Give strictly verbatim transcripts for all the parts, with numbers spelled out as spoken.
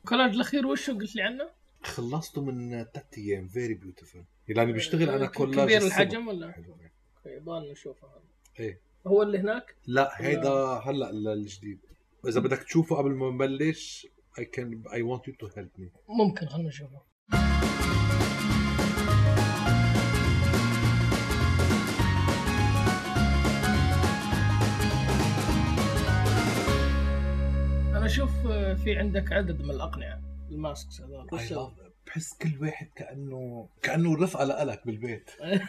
كولاج الاخير وش قلت لي عنه؟ خلصته من ثلاث ايام. فيري بيوتيفول. يعني بشتغل انا كولاج كبير الحجم ولا حلو؟ يبغى نشوفه هذا. ايه هو اللي هناك؟ لا هيدا هلا الجديد. اذا بدك تشوفه قبل ما نبلش I can I want you to help me. ممكن خلنا نشوفه. انا اشوف في عندك عدد من الاقنعه الماسكس هذول. بحس كل واحد كانه كانه رفقه لك بالبيت.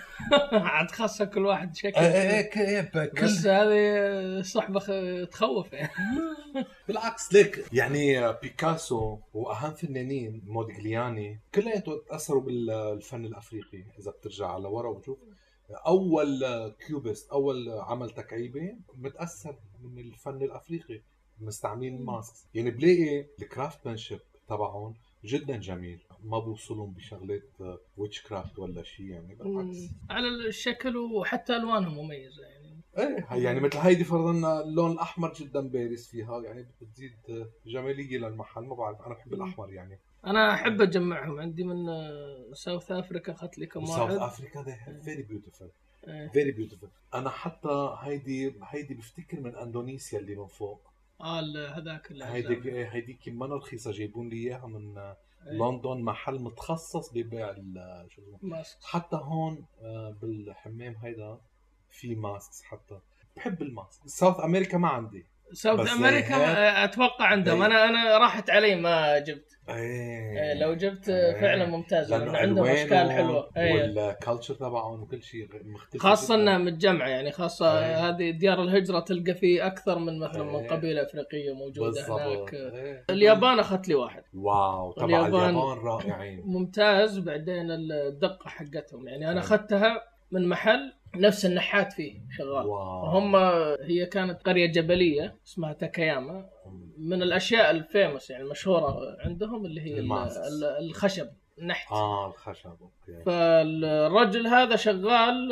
عاد خاصه كل واحد شكل. ايه ايه كل... بس هذه صحبه تخوف يعني. بالعكس ليك يعني بيكاسو واهم فنانين موديغلياني كلهم تاثروا بالفن الافريقي. اذا بترجع على ورا وتشوف اول كيوبست اول عمل تكعيبي متاثر من الفن الافريقي، مستعملين الماسكس. يعني بلاقي الكرافتمانشيب تبعهم جدا جميل، ما بوصلهم بشغلات ويتش كرافت ولا شيء يعني. بالعكس على الشكل وحتى الوانهم مميزه يعني. ايه يعني مثل هيدي فرضا اللون الاحمر جدا بارز فيها، يعني بتزيد جماليه للمحل. ما بعرف انا بحب الاحمر يعني. انا احب اجمعهم عندي من ساوث افريكا، اخذت لي كم واحد. ساوث افريكا ده فيري بيوتيفول فيري بيوتيفول. انا حتى هيدي هيدي بفتكر من اندونيسيا اللي من فوق. اه هذاك هيديك هيديك ما رخيصه، جايبون لي اياها من أيه. لندن، محل متخصص ببيع شو حتى هون بالحمام هيدا في ماسكس. حتى بحب الماسك. ساوث امريكا ما عندي. ساوث امريكا اتوقع عندهم. انا انا راحت علي ما جبت. ايه لو جبت فعلا ممتاز لانه عندهم اشكال حلوه والكالتشر تبعهم وكل شيء مختلف، خاصه انها متجمعه يعني. خاصه أيه. هذه ديار الهجره تلقى فيه اكثر من مثلا أيه. من قبيله افريقيه موجوده بالزبط. هناك أيه. اليابان اخذت لي واحد. واو طبعا اليابان, اليابان رائعين ممتاز. بعدين الدقه حقتهم يعني انا اخذتها من محل نفس النحات فيه شغال. هم هي كانت قرية جبلية اسمها تاكاياما. من الأشياء الفيمس يعني المشهورة عندهم اللي هي الخشب نحت. آه الخشب أوكي. فالرجل هذا شغال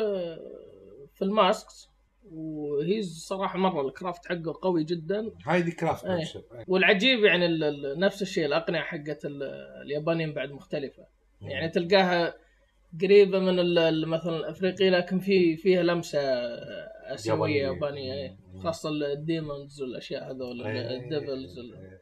في الماسكس، وهي صراحة مرة الكرافت حقه قوي جدا. هاي دي كرافت ايه. والعجيب يعني نفس الشيء الأقنعة حقت اليابانيين بعد مختلفة. يعني تلقاها قريبة من مثلا الأفريقي لكن في فيها لمسة آسيوية يابانية. خاصة الديمونز والأشياء هذول الديفلز.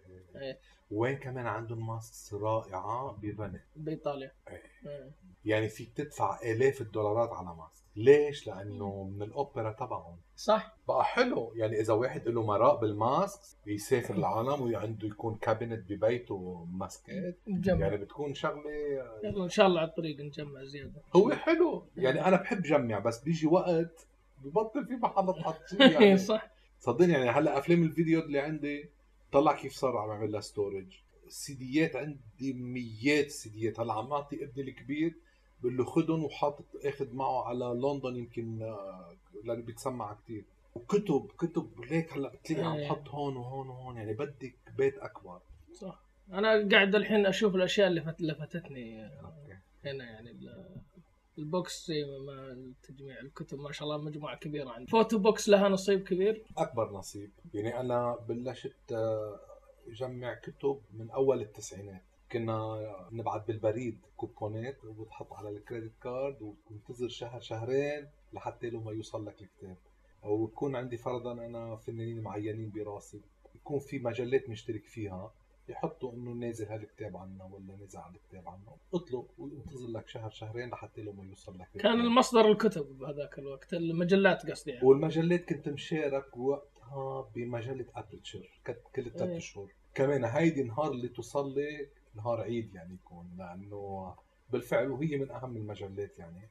وين كمان عندهم ماسكس رائعة بفنت بإيطاليا. يعني فيك تدفع آلاف الدولارات على ماسك. ليش؟ لأنه من الأوبرا تبعهم. صح. بقى حلو يعني إذا واحد له مراء بالماسك يسافر العالم وعنده يكون كابينت ببيته ماسكات يعني بتكون شغلة. إن شاء الله على الطريق نجمع زيادة. هو حلو يعني أنا بحب جمع، بس بيجي وقت ببطل في محل تحط يعني. صح. صدقني يعني هلا أفلام الفيديو اللي عندي طلع كيف صار عم أعمل لها ستورج. سيديات عندي ميات سيديات. هلا عم أعطي ابني الكبير بقول له خدهم وحاطط اخذ معه على لندن يمكن لانه بيتسمع كتير. وكتب كتب ليك هلا بتلاقي عم حط هون وهون وهون يعني بدك بيت اكبر. صح. انا قاعد الحين اشوف الاشياء اللي لفتتني هنا يعني البوكس زي ما تجميع الكتب ما شاء الله مجموعه كبيره عندي. فوتو بوكس لها نصيب كبير، اكبر نصيب. يعني انا بلشت جمع كتب من اول التسعينات. كنا نبعث بالبريد كوبونات وبتحط على الكريدت كارد وتنتظر شهر شهرين لحتى له ما يوصل لك الكتاب. او يكون عندي فرضا انا فنانين معينين براسي يكون في مجلات مشترك فيها يحطوا انه نازل هالكتاب عنا ولا نزل على الكتاب عنا، اطلب وينتظر لك شهر شهرين لحتى له ما يوصل لك الكتاب. كان المصدر الكتب بهذاك الوقت المجلات قصدي يعني. والمجلات كنت مشارك وقتها بمجله ابريتشر كل ثلاث شهور. كمان هيدي نهار اللي توصل لك نهار عيد يعني يكون، لانه بالفعل وهي من اهم المجلات يعني.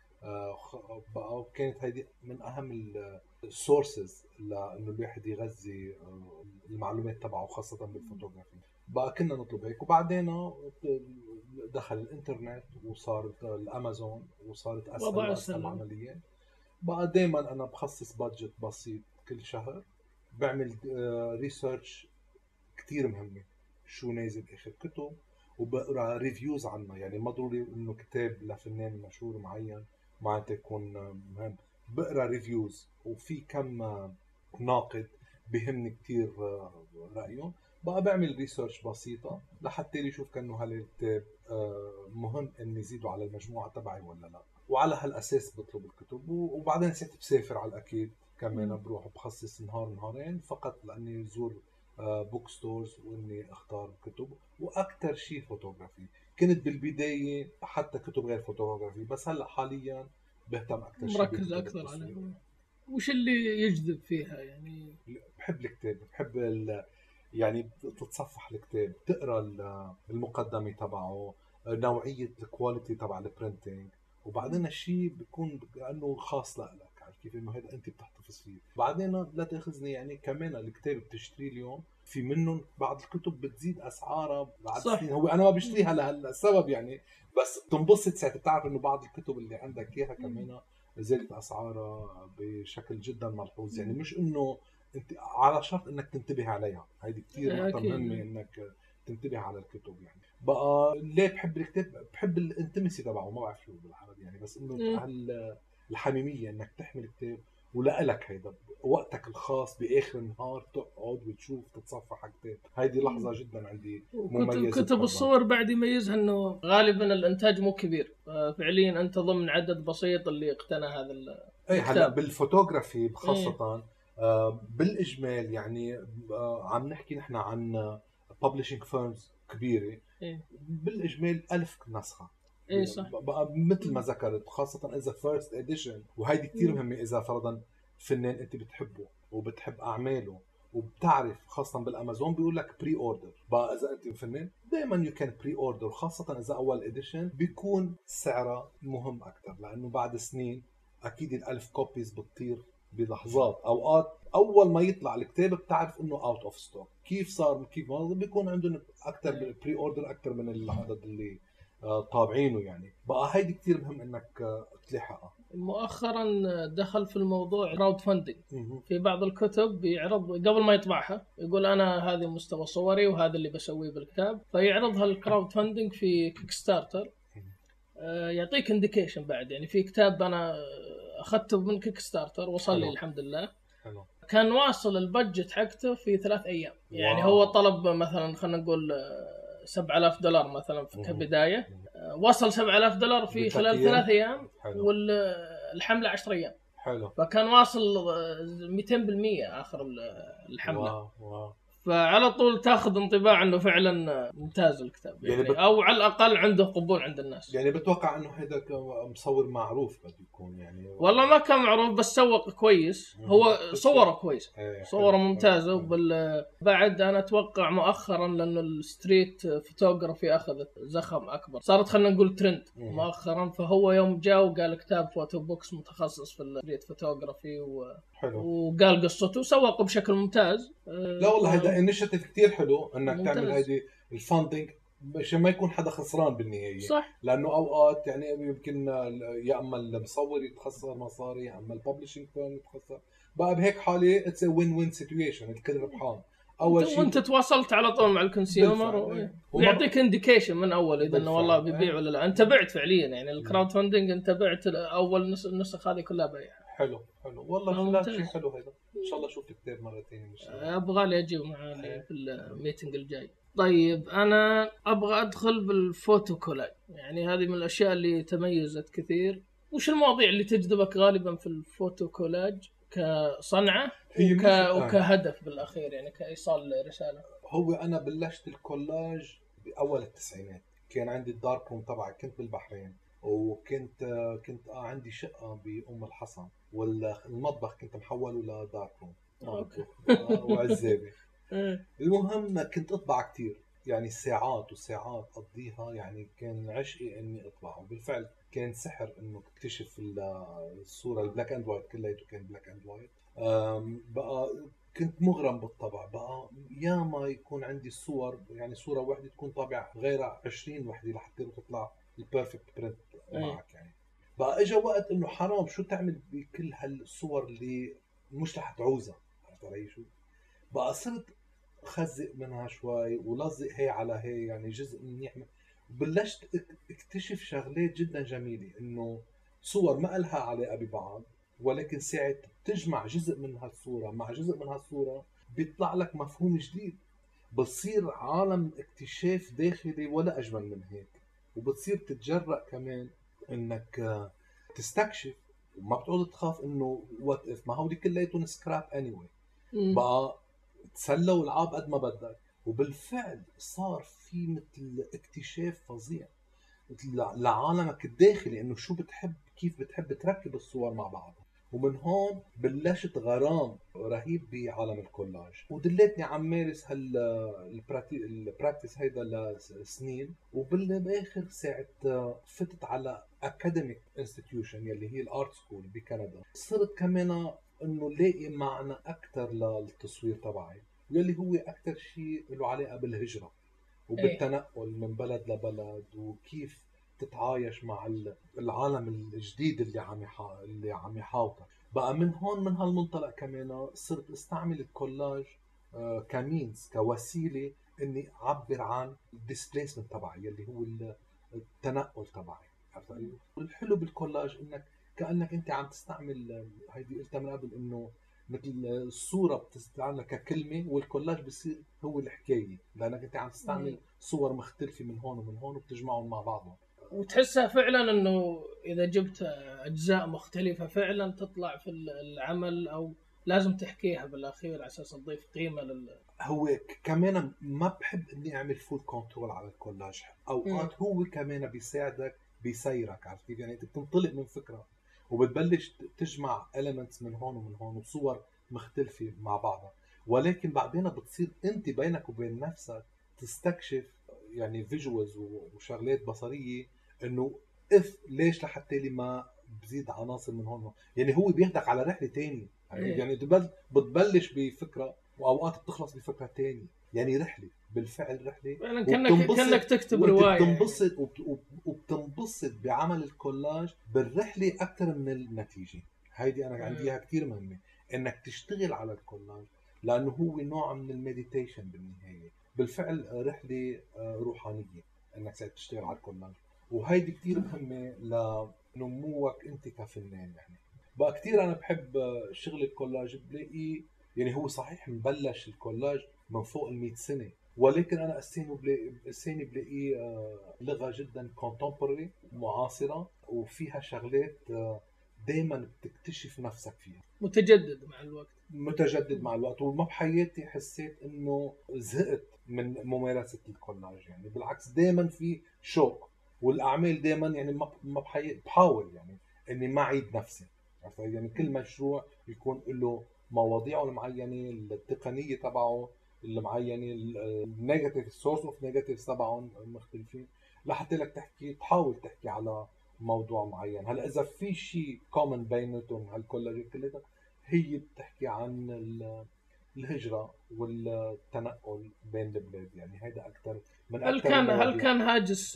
آه كانت هيدي من اهم السورسز لانه الواحد يغذي المعلومات تبعه خاصه بالفوتوغرافي. بقى كنا نطلب هيك، وبعدين دخل الانترنت وصارت الامازون وصارت اسهل واسهل العمليه. بقى دائما انا بخصص بادجت بسيط كل شهر بعمل ريسيرش كتير مهمه، شو نازل اخر كتب وبقرا ريفيوز عنه. يعني ما ضروري انه كتاب لفنان مشهور معين معناته يكون مهم، بقرا ريفيوز وفي كم ناقد بهمني كتير رايهم. بقى بعمل ريسيرش بسيطة لحتى يشوف كأنه هل الكتاب مهم إن يزيدوا على المجموعة تبعي ولا لا، وعلى هالأساس بطلب الكتب. وبعدين ساعتها بسافر على الأكيد كمان، بروح بخصص نهار نهارين فقط لأني زور بوك ستورز وإني أختار كتب. وأكثر شيء فوتوغرافي. كنت بالبداية حتى كتب غير فوتوغرافي، بس هلا حاليا بهتم أكثر شيء مركز أكثر على وش اللي يجذب فيها يعني. بحب الكتاب، بحب ال يعني تتصفح الكتاب، تقرا المقدمه تبعه، نوعيه الكواليتي تبع البرنتنج، وبعدين الشيء بيكون كانه خاص لك، عارف كيف انه هذا انت بتحتفظ فيه. بعدين لا تاخذني يعني كمان الكتاب بتشتريه اليوم في منهم بعض الكتب بتزيد اسعارها بعد صح. سنين. هو انا ما بشتريها لهالسبب يعني، بس بتنبسط ساعتها بتعرف انه بعض الكتب اللي عندك اياها كمان زادت اسعارها بشكل جدا ملحوظ. يعني مش انه انت على شرط انك تنتبه عليها، هيدي كثير نقطه مهمه انك تنتبه على الكتب. يعني بقى ليه بحب الكتاب؟ بحب الانتمسي تبعه، ما بعرف شو بالعربي يعني، بس انه الحميميه انك تحمل كتاب ولك هيدا وقتك الخاص باخر النهار تقعد وتشوف تتصفح كتاب. هيدي لحظه جدا عندي مميزه. كتب الصور بعد يميزها انه غالبا الانتاج مو كبير، فعليا انت ضمن عدد بسيط اللي اقتنى هذا الكتاب. اي هلا بالفوتوغرافي خاصه ايه. آه بالاجمال يعني آه عم نحكي نحن عن publishing firms كبيره إيه؟ بالاجمال ألف نسخه. اي صح. بقى مثل ما ذكرت خاصه اذا فيرست اديشن، وهيدي كثير مهمه اذا فرضا فنان انت بتحبه وبتحب اعماله وبتعرف، خاصه بالامازون بيقول لك بري اوردر. بقى اذا انت فنان دائما يو كان بري اوردر، وخاصه اذا اول اديشن بيكون سعرها مهم اكثر، لانه بعد سنين اكيد الألف كوبيز بتطير بلحظات. اوقات اول ما يطلع الكتاب بتعرف انه اوت اوف ستوك. كيف صار كيف ما بيكون عندهم اكثر بري اوردر اكثر من العدد اللي طابعينه. يعني بقى هيدي كتير مهم انك تلاحقها. مؤخرا دخل في الموضوع كراود فاندنج. في بعض الكتب بيعرض قبل ما يطبعها يقول انا هذه مستوى صوري وهذا اللي بسويه بالكتاب، فيعرضها الكراود فاندنج في كيك ستارتر. يعطيك انديكيشن بعد، يعني في كتاب انا اخذته من كيك ستارتر وصل لي الحمد لله. حلو. كان واصل البادجت حقته في ثلاث ايام. يعني واو. هو طلب مثلا خلينا نقول سبعة آلاف دولار مثلا كبداية، وصل سبعة آلاف دولار في خلال ثلاث أيام، والحملة عشر أيام. حلو. فكان واصل مئتين بالمئة آخر الحملة. واو. واو. فعلى طول تاخذ انطباع انه فعلا ممتاز الكتاب، يعني, يعني بت... او على الاقل عنده قبول عند الناس. يعني بتوقع انه هذا مصور معروف بده يكون يعني و... والله ما كان معروف بس سوق كويس. هو صوره كويس، صوره ممتازه. وبال بعد انا اتوقع مؤخرا لانه الستريت فوتوغرافي اخذت زخم اكبر، صارت خلينا نقول ترند مؤخرا. فهو يوم جاء وقال كتاب فوتو بوكس متخصص في الستريت فوتوغرافي و... وقال قصته وسوقه بشكل ممتاز. لا والله هذا انيشيتيف كتير حلو انك ممتاز. تعمل هيدي الفاندنج عشان ما يكون حدا خسران بالنهايه. صح. لانه اوقات يعني يمكن يا اما المصور يتخسر مصاري يا اما الببلشنج فيرم يتخسر. بقى بهيك حاله اتس وين وين سيتويشن، الكل ربحان. اول شيء وانت تواصلت على طول مع الكونسيومر و... ويعطيك انديكيشن من اول اذا انه والله بيبيع ولا لا. انت بعت فعليا يعني الكراود فاندنج، انت بعت اول النسخ هذه كلها بيع. حلو حلو والله. لا شيء حلو هذا. ان شاء الله اشوف الكتاب مره ثانيه ان شاء الله. ابغى لي اجيب معي في الميتنج الجاي. طيب انا ابغى ادخل بالفوتو كولاج، يعني هذه من الاشياء اللي تميزت كثير. وش المواضيع اللي تجذبك غالبا في الفوتو كولاج كصنعه وك... وكهدف بالاخير يعني كايصال رساله؟ هو انا بلشت الكولاج باول التسعينات. كان عندي الدارك روم تبعي، كنت بالبحرين، وكنت كنت عندي شقه بأم الحصن، والمطبخ كنت محوله لدارك روم وعزابه. المهم كنت اطبع كتير، يعني ساعات وساعات اقضيها. يعني كان عشقي اني اطبع، وبالفعل كان سحر انه تكتشف الصوره البلاك اند وايت كلياته كان بلاك اند وايت. بقى كنت مغرم بالطبع. بقى يا ما يكون عندي الصور، يعني صوره واحده تكون طابع غيرها عشرين وحده لحتى تطلع البيرفكت برنت معك. يعني بقى اجى وقت انه حرام شو تعمل بكل هالصور اللي مش رح تعوزها، عرفت علي شو؟ بقى صرت خزق منها شوي ولزق هي على هي، يعني جزء منيح. بلشت اكتشف شغلات جدا جميله، انه صور ما لها علاقه ببعض، ولكن ساعه تجمع جزء من هالصوره مع جزء من هالصوره بيطلع لك مفهوم جديد. بتصير عالم اكتشاف داخلي ولا أجمل من هيك. وبتصير تتجرأ كمان انك تستكشف، وما بتقعد تخاف انه وات اف، ما هودي كلياتهم سكراب اني واي. بقى تسلى والعاب قد ما بدك. وبالفعل صار في مثل اكتشاف فظيع لعالمك الداخلي، انه شو بتحب، كيف بتحب تركب الصور مع بعضها. ومن هون بلشت غرام رهيب بعالم الكولاج، ودلتني عم مارس هالبراكتس هيدا لسنين. وبالاخر ساعة فتت على اكاديميك انستتيوشن يلي هي الارت سكول بكندا، صرت كمان انه لاقي معنى اكثر للتصوير تبعي، يلي هو اكثر شيء له علاقة بالهجرة وبالتنقل من بلد لبلد، وكيف تتعايش مع العالم الجديد اللي عم يحا... اللي عم يحاوطك. بقى من هون من هالمنطلق كمان صرت استعمل الكولاج آه كمينز، كوسيله اني اعبر عن الديسبليسمنت تبعي اللي هو التنقل تبعي. عرفت علي؟ والحلو بالكولاج انك كانك انت عم تستعمل، هيدي قلتها من قبل، انه مثل الصوره بتستعملها ككلمه، والكولاج بصير هو الحكايه، لانك انت عم تستعمل صور مختلفه من هون ومن هون وبتجمعهم مع بعضهم. وتحسها فعلا انه اذا جبت اجزاء مختلفه فعلا تطلع في العمل، او لازم تحكيها بالاخير على اساس تضيف قيمه لل هو كمان ما بحب اني اعمل فول كنترول على الكولاج. اوقات م. هو كمان بيساعدك بيسيرك، عرفت كيف؟ يعني انت بتنطلق من فكره وبتبلش تجمع elements من هون ومن هون وصور مختلفه مع بعضها، ولكن بعدين بتصير انت بينك وبين نفسك تستكشف يعني فيجوالز وشغلات بصريه، انه اف ليش لحتى لي ما بزيد عناصر من هون. يعني هو بياخدك على رحله تانية، يعني بتبلش بفكره واوقات بتخلص بفكره تانية. يعني رحله، بالفعل رحله، يعني كانك كانك تكتب روايه وبتنبسط يعني. وبتنبسط بعمل الكولاج بالرحله اكثر من النتيجه. هيدي انا عندي اياها كثير مهمه، انك تشتغل على الكولاج، لانه هو نوع من المديتيشن بالنهايه. بالفعل رحله روحانيه انك تشتغل على الكولاج، وهيدي كثير مهمه لنموك انت كفنان. يعني بقى كثير انا بحب شغل الكولاج، بلاقيه يعني هو صحيح مبلش الكولاج من فوق المئة سنة، ولكن أنا أسيني بلاقيه أسيني بلاقيه لغة جدا contemporary معاصرة، وفيها شغلات دايما بتكتشف نفسك فيها، متجدد مع الوقت متجدد مع الوقت. وما بحياتي حسيت إنه زهقت من ممارسة الكولاج، يعني بالعكس دايما في شوق، والأعمال دايما يعني ما بحياتي بحاول يعني إني ما أعيد نفسي. يعني كل مشروع يكون له مواضيعه المعينه، التقنيه تبعه المعينه، النيجاتيف السورس اوف نيجاتيف تبعهم مختلفين، لحتى لك تحكي تحاول تحكي على موضوع معين. هلا اذا في شيء كومن بيناتهم هالكولاج كلها، هي بتحكي عن الهجره والتنقل بين البلاد. يعني هيدا اكثر من هل كان هل كان هاجس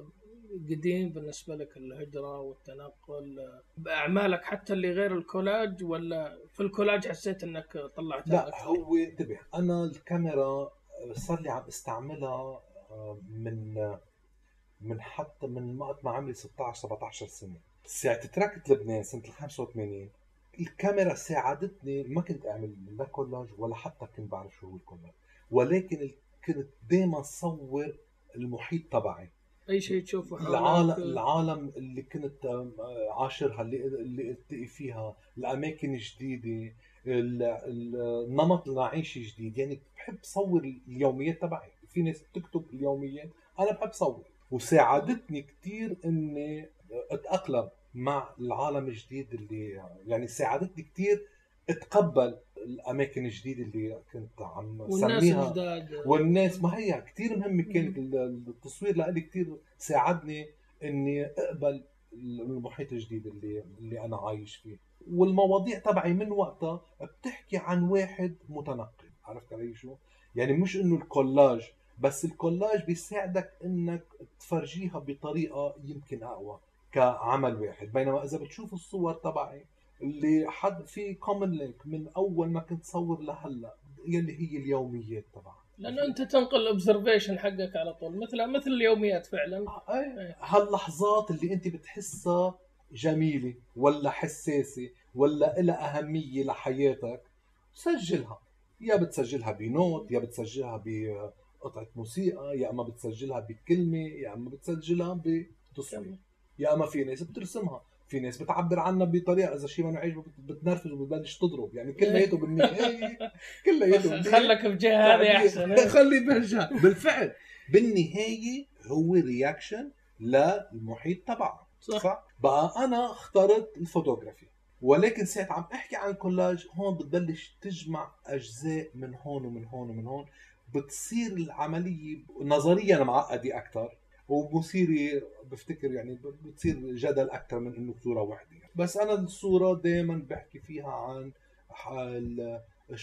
قديم بالنسبة لك الهجرة والتنقل بأعمالك حتى اللي غير الكولاج، ولا في الكولاج حسيت انك طلعتها لا أكثر؟ هو انتبه، انا الكاميرا صار لي عم استعملها من من حتى من وقت ما عمري ستة عشر سبعة عشر سنة. ساعة تركت لبنان سنة خمسة وثمانين الكاميرا ساعدتني، ما كنت اعمل لا كولاج ولا حتى كنت بعرف شو هو الكولاج، ولكن كنت دائما صور المحيط تبعي، اي شيء تشوفه حولك، العالم العالم اللي كنت عاشرها، اللي اللي التقي فيها، الاماكن الجديده، النمط العيشي جديد. يعني بحب صور اليوميات تبعي. في ناس بتكتب اليوميات، انا بحب صور. وساعدتني كثير اني اتاقلم مع العالم الجديد، اللي يعني ساعدتني كثير اتقبل الاماكن الجديده اللي كنت عم سميها، والناس. ما هي كثير مهمه كانت التصوير لإلي، كثير ساعدني اني اقبل المحيط الجديد اللي اللي انا عايش فيه. والمواضيع تبعي من وقتها بتحكي عن واحد متنقل. عرفت علي شو؟ يعني مش انه الكولاج بس، الكولاج بيساعدك انك تفرجيها بطريقه يمكن اقوى كعمل واحد. بينما اذا بتشوف الصور تبعي اللي حد في كومن لينك من اول ما كنت صور لهلا، يلي هي اليوميات تبعها، لانه انت تنقل الاوبزرفيشن حقك على طول، مثل مثل اليوميات فعلا. ايه هاللحظات اللي انت بتحسها جميله ولا حساسه ولا لها اهميه لحياتك، سجلها. يا بتسجلها بنوت، يا بتسجلها بقطعة موسيقى، يا اما بتسجلها بكلمة، يا اما بتسجلها بتصوير، يا اما في ناس بترسمها، في ناس بتعبر عنها بطريقه اذا شيء ما عاجبك بتنرفز وبتبلش تضرب، يعني كلياته بالنهايه كلياته بالنهايه خلك بجهه هذه احسن. خلي بهالجهه. بالفعل بالنهايه هو رياكشن للمحيط تبعه. صح. صح. بقى انا اخترت الفوتوغرافي، ولكن ساعة عم احكي عن الكولاج هون بتبلش تجمع اجزاء من هون ومن هون ومن هون، بتصير العمليه نظريا معقده اكثر، وبصير بفتكر يعني بتصير جدل اكثر من انه صوره واحده. بس انا الصوره دائما بحكي فيها عن حال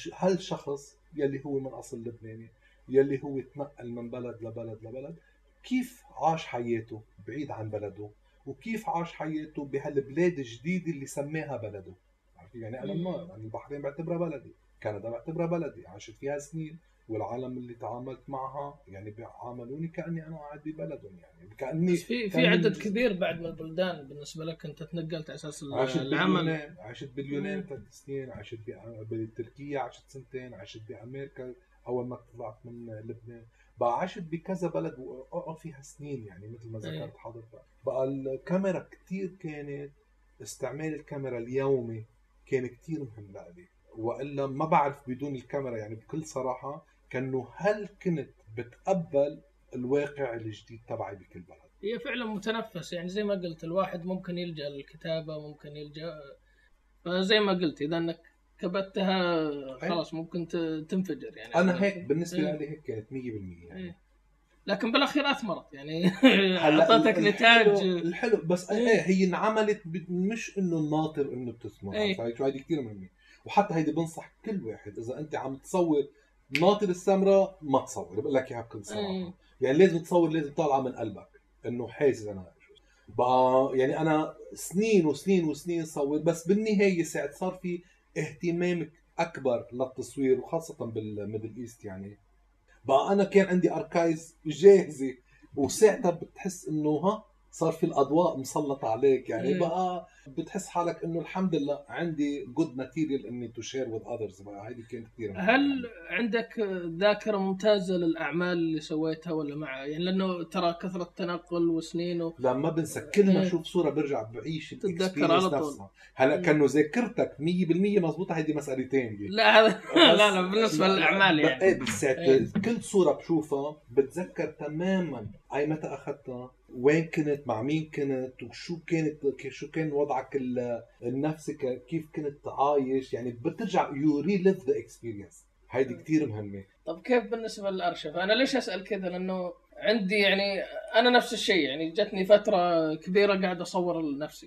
هالشخص يلي هو من اصل لبناني، يلي هو تنقل من بلد لبلد لبلد، كيف عاش حياته بعيد عن بلده، وكيف عاش حياته بهالبلاد الجديده اللي سماها بلده. يعني انا ما يعني البحرين بعتبرها بلدي، كندا بعتبرها بلدي، عشت فيها سنين، والعالم اللي تعاملت معها يعني بيعاملوني كاني انا قاعد ببلدهم، يعني كاني بس في في عدد كبير بعد من البلدان بالنسبه لك انت تنقلت على اساس عشت العمل. باليونان، عشت باليونان ثلاث سنين، عشت بتركيا عشت سنتين، عشت بامريكا اول ما طلعت من لبنان، بقى عشت بكذا بلد واقعد فيها سنين، يعني مثل ما ذكرت حضرتك. بقى الكاميرا كتير كانت، استعمال الكاميرا اليومي كان كتير مهم لإلي، والا ما بعرف بدون الكاميرا يعني بكل صراحه كانه هل كنت بتقبل الواقع الجديد تبعي بكل بلد. هي فعلا متنفس، يعني زي ما قلت الواحد ممكن يلجأ للكتابة، ممكن يلجأ، فزي ما قلت إذا أنك كبتها خلاص ممكن تنفجر يعني. أنا هيك بالنسبة لي إيه؟ هيك كانت مية بالمية يعني. إيه. لكن بالأخير أثمرت يعني أعطتك نتاج الحلو. بس إيه, إيه هي انعملت مش إنه الناطر إنه بتثمر. إيه. فهي هذه كثير مهمة، وحتى هيدي بنصح كل واحد إذا أنت عم تصور ناطر السمرة ما تصور، بقول لك إياها بكل صراحة. إيه. يعني لازم تصور، لازم طالعة من قلبك إنه حاسس أنا بقى. يعني أنا سنين وسنين وسنين صور، بس بالنهاية ساعة صار في اهتمام أكبر للتصوير وخاصة بالميدل إيست، يعني بقى أنا كان عندي أركايز جاهزة، وساعتها بتحس إنه ها صار في الأضواء مسلطة عليك، يعني بقى بتحس حالك إنه الحمد لله عندي good material إني to share with others. بقى هذه كانت كثير. هل يعني عندك ذاكرة ممتازة للأعمال اللي سويتها ولا مع يعني، لأنه ترى كثرة تنقل وسنينه لا ما بنسى، كل ما اشوف صورة برجع بعيش تتذكر على طول. هلا كانه ذاكرتك مية بالمية مزبوطة، هيدي مسألتين دي. لا هذا لا لا بالنسبة للأعمال يعني ايه بالساعة كل صورة بشوفها بتذكر تماما اي متى اخذتها، وين كنت، مع مين كنت، وشو كانت، شو كان وضعك النفسي، كيف كنت عايش، يعني بترجع you relive the experience. هيدي كتير مهمة. طب كيف بالنسبة للأرشف؟ أنا ليش أسأل كذا؟ لأنه عندي يعني أنا نفس الشيء، يعني جتني فترة كبيرة قاعد أصور لنفسي،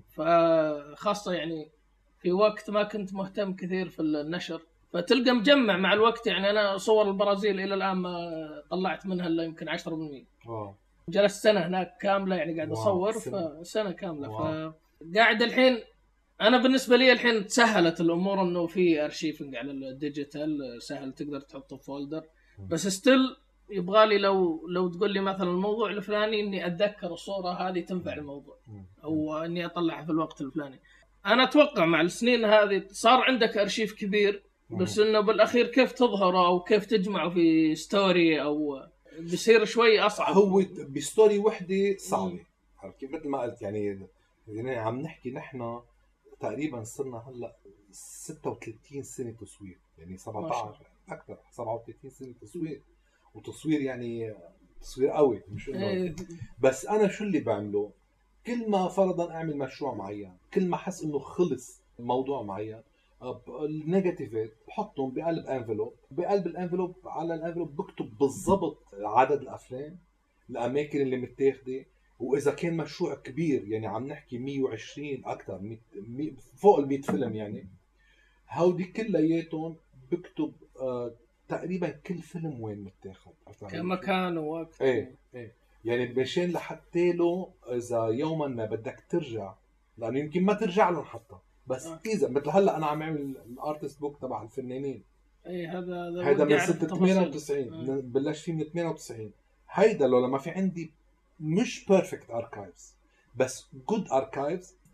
فخاصة يعني في وقت ما كنت مهتم كثير في النشر، فتلقى مجمع مع الوقت. يعني أنا صور البرازيل إلى الآن ما طلعت منها إلا يمكن عشرة بالمئة. جلست سنة هناك كاملة يعني قاعد أصور، فسنة كاملة. فقاعد الحين أنا بالنسبة لي الحين تسهلت الأمور، إنه في أرشيفنج على الديجيتال سهل تقدر تحطه في فولدر، بس ستيل يبغالي لو لو تقول لي مثلا الموضوع الفلاني إني أتذكر الصورة هذه تنفع الموضوع، أو إني أطلعها في الوقت الفلاني. أنا أتوقع مع السنين هذه صار عندك أرشيف كبير، بس إنه بالأخير كيف تظهره أو كيف تجمعه في ستوري أو بيصير شوي أصعب. هو بستوري وحدة صعبة كيف مثل ما قلت، يعني يعني عم نحكي نحن تقريبا صرنا هلا ستة وثلاثين سنة تصوير، يعني سبعة عشر اكثر سبعة وثلاثين سنة تصوير، وتصوير يعني تصوير قوي مش انه. بس انا شو اللي بعمله، كل ما فرضا اعمل مشروع معين، كل ما احس انه خلص موضوع معين، النيجاتيفات بحطهم بقلب انفلوب، بقلب الانفلوب على الانفلوب بكتب بالضبط عدد الافلام، الاماكن اللي متاخده، واذا كان مشروع كبير يعني عم نحكي مية وعشرين اكثر مية فوق ال مية فيلم، يعني هودي كلياتهم بكتب آه تقريبا كل فيلم وين متاخد كمكان ووقت. ايه ايه يعني مشان لحتى له اذا يوما ما بدك ترجع، لانه يمكن ما ترجع لهم حتى، بس آه. اذا مثل هلا انا عم اعمل الارتست بوك تبع الفنانين، ايه هذا هذا من سنه ثمانية وتسعين آه. بلش فيه من ثمانية وتسعين. هيدا لو لما في عندي مش بيرفكت اركايفز بس جود اركايفز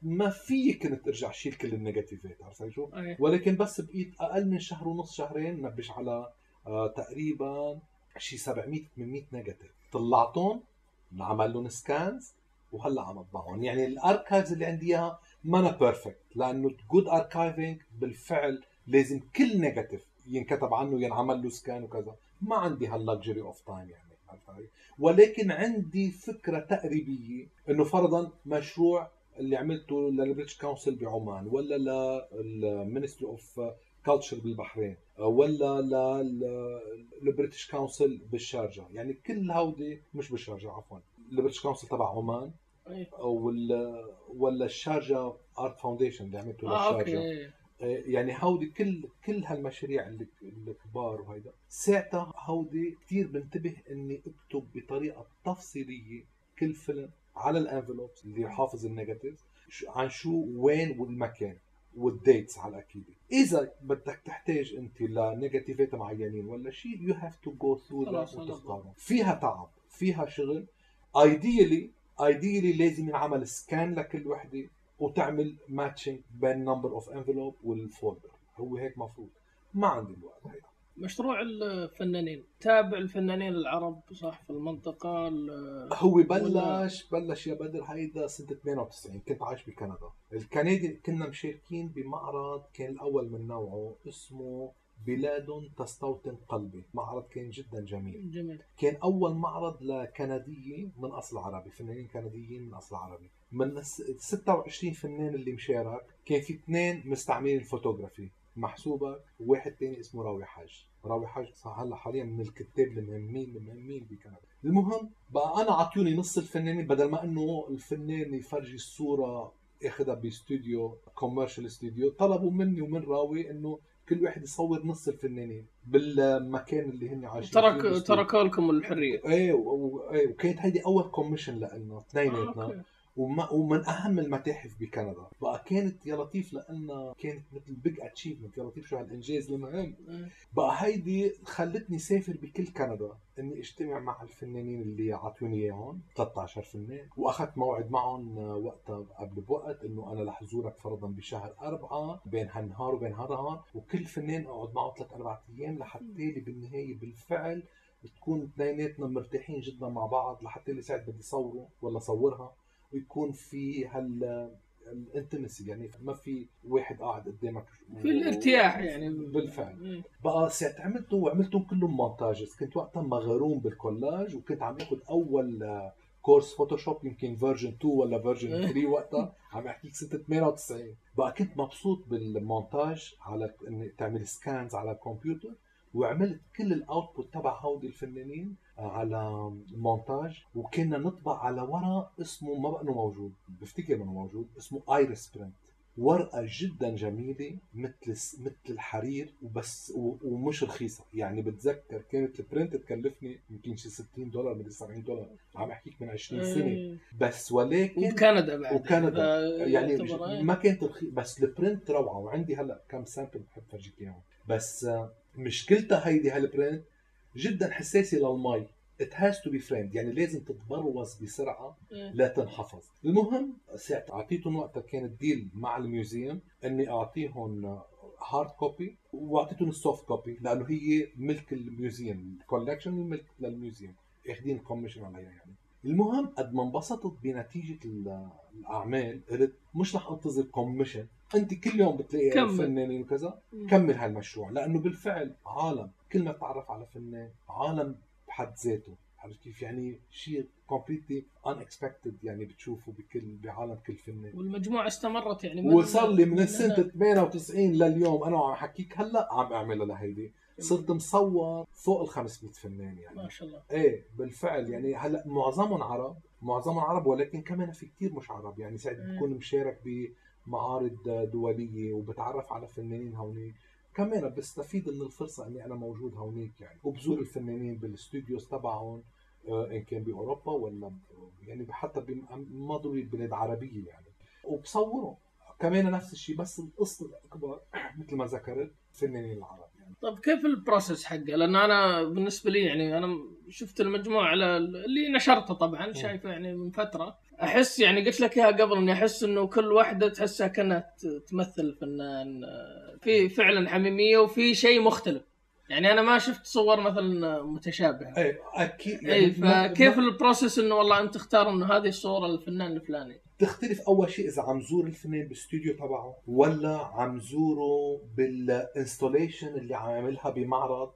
ما فيك كنت ترجع شيل كل النيجاتيفات، عرفت شو؟ أيه. ولكن بس بقيت اقل من شهر ونص شهرين نبش على آه تقريبا شي سبعمية ثمانمية نيجاتيف، طلعتهم عمل لهم سكانز وهلا عم اطبعهم. يعني الاركايفز اللي عندي اياها ما أنا بيرفكت، لانه جود اركايفنج بالفعل لازم كل نيجاتيف ينكتب عنه ينعمل له سكان وكذا. ما عندي هاللكجري اوف تايم يعني، ولكن عندي فكره تقريبيه انه فرضا مشروع اللي عملته للبريتش كونسل بعمان، ولا للمينستري اوف كلتشر بالبحرين، ولا للبريتش كونسل بالشارجه، يعني كل هودي مش بالشارجه عفوا البريتش كونسل تبع عمان، ولا ولا الشارجه ارت فاونديشن اللي عملته آه للشارجه. أوكي. يعني هودي كل كل هالمشاريع الكبار وهيدا ساعتها هودي كثير بنتبه اني اكتب بطريقه تفصيليه كل فيلم على الانفلوبس اللي حافظ النيجاتيف عن شو وين والمكان والديتس على الاكيد. اذا بدك تحتاج انت لنيجاتيفات معينين ولا شيء يو هاف تو جو ثرو ذات وتختارهم. فيها تعب، فيها شغل. ايديالي ايديالي لازم ينعمل سكان لكل وحده وتعمل ماتشنج بين نمبر اوف انفلوب والفولدر، هو هيك مفروض. ما عندي الوقت هيدا. مشروع الفنانين، تابع الفنانين العرب صح في المنطقة؟ هو بلش بلش يا بدر هيدا سنة ثمانية وتسعين، كنت عايش بكندا. الكندي كنا مشاركين بمعرض كان الأول من نوعه اسمه بلاد تستوطن قلبي، معرض كان جدا جميل. جميل. كان أول معرض لكندية من أصل عربي، فنانين كنديين من أصل عربي. من ستة وعشرين فنان اللي مشارك كان في اثنين مستعملين الفوتوغرافي محسوبك، وواحد تاني اسمه راوي حاج. راوي حاج هلا حاليا من الكتاب المهمين المهمين بكندا. المهم بقى انا عطوني نص الفنانين، بدل ما انه الفنان يفرجي الصوره اخذها باستوديو كوميرشال استوديو، طلبوا مني ومن راوي انه كل واحد يصور نص الفنانين بالمكان اللي هن عايشين ترك فيه. ترك لكم الحريه. ايه وكانت هيدي اول كوميشن لنا اثنيناتنا. آه، ومن اهم المتاحف بكندا. بقى كانت يا لطيف لانها كانت مثل بيج اتشيفمنت، يا لطيف شو هالانجاز المهم. بقى هيدي خلتني سافر بكل كندا اني اجتمع مع الفنانين اللي عطوني اياهم، ثلاثة عشر فنان، واخذت موعد معهم وقتها قبل بوقت انه انا رح زورك فرضا بشهر أربعة بين هالنهار وبين هالنهار، وكل فنان اقعد معه ثلاث اربع ايام لحتى لي بالنهايه بالفعل تكون اثنيناتنا مرتاحين جدا مع بعض، لحتى اللي ساعد بدي صوره ولا صورها ويكون في هال الانتمسي، يعني ما في واحد قاعد قدامك في الارتياح يعني. بالفعل. بقى ساعت عملته وعملتهم كلهم مونتاجز. كنت وقتها مغروم بالكولاج، وكنت عم اخذ اول كورس فوتوشوب يمكن فيرجن اثنين ولا فيرجن ثلاثة وقتها، عم احكيك سنه ثمانية وتسعين. بقى كنت مبسوط بالمونتاج على اني تعمل سكانز على الكمبيوتر، وعملت كل الاوتبوت تبع هودي الفنانين على مونتاج، وكنا نطبع على ورق اسمه ما بقى موجود، بفتكر انه موجود، اسمه ايرس برنت. ورقه جدا جميله مثل مثل الحرير وبس، ومش رخيصه. يعني بتذكر كانت البرنت تكلفني يمكن شي ستين دولار من سبعين دولار، عم احكيك من عشرين سنه بس. ولكن وبكندا بعد وكندا يعني ما كانت رخيصه، بس البرنت روعه. وعندي هلا كم سامبل بحب فرجيك اياهم. بس مشكلتها هيدي هالبرنت جدا حساسه للمي. it has to be framed، يعني لازم تتبروز بسرعه لا تنحفظ. المهم ساعت اعطيتهم وقتها كان الديل مع الميوزيوم اني اعطيهم هارد كوبي واعطيتهم السوفت كوبي، لانه هي ملك الميوزيوم، الكولكشن ملك للميوزيوم، اخذين كوميشن عليها يعني. المهم قد ما انبسطت بنتيجه الاعمال قلت مش رح انتظر كوميشن، انت كل يوم بتلاقي فنانين وكذا، كمل هالمشروع. لانه بالفعل عالم كل ما تتعرف على فنان عالم بحد ذاته، عرفت كيف؟ يعني شيء كومبليتلي unexpected يعني بتشوفه بكل بعالم كل فنان. والمجموعه استمرت يعني وصار لي من السنه ثمانية وتسعين لليوم انا عم حكيك هلا عم اعملها لهيدي. صرت مصور فوق ال خمسمية فنان يعني ما شاء الله. ايه بالفعل يعني هلا معظمهم عرب، معظمهم عرب، ولكن كمان في كتير مش عرب. يعني ساعات بتكون مشارك بمعارض دوليه وبتعرف على فنانين هونيك، كمان بستفيد من الفرصه اني انا موجود هونيك يعني، وبزور الفنانين بالاستوديوز تبعهم ان كان باوروبا ولا يعني حتى ما ضروري بلاد عربيه يعني، وبصورهم كمان نفس الشيء. بس القصه الاكبر مثل ما ذكرت فنانين العرب يعني. طب كيف البروسيس حقه؟ لان انا بالنسبه لي يعني انا شفت المجموعه على اللي نشرته طبعا، شايفه يعني من فتره احس يعني قلت لك اياها قبل اني احس انه كل واحده تحسها كانت تمثل فنان، في فعلا حميميه وفي شيء مختلف. يعني انا ما شفت صور مثلا متشابهه. اي اكيد يعني اي ما فكيف ما البروسيس انه والله انت تختار انه هذه الصوره للفنان الفلاني؟ تختلف. اول شيء اذا عم زور الفنان بالاستوديو تبعه ولا عم زوره بالانستوليشن اللي عاملها بمعرض،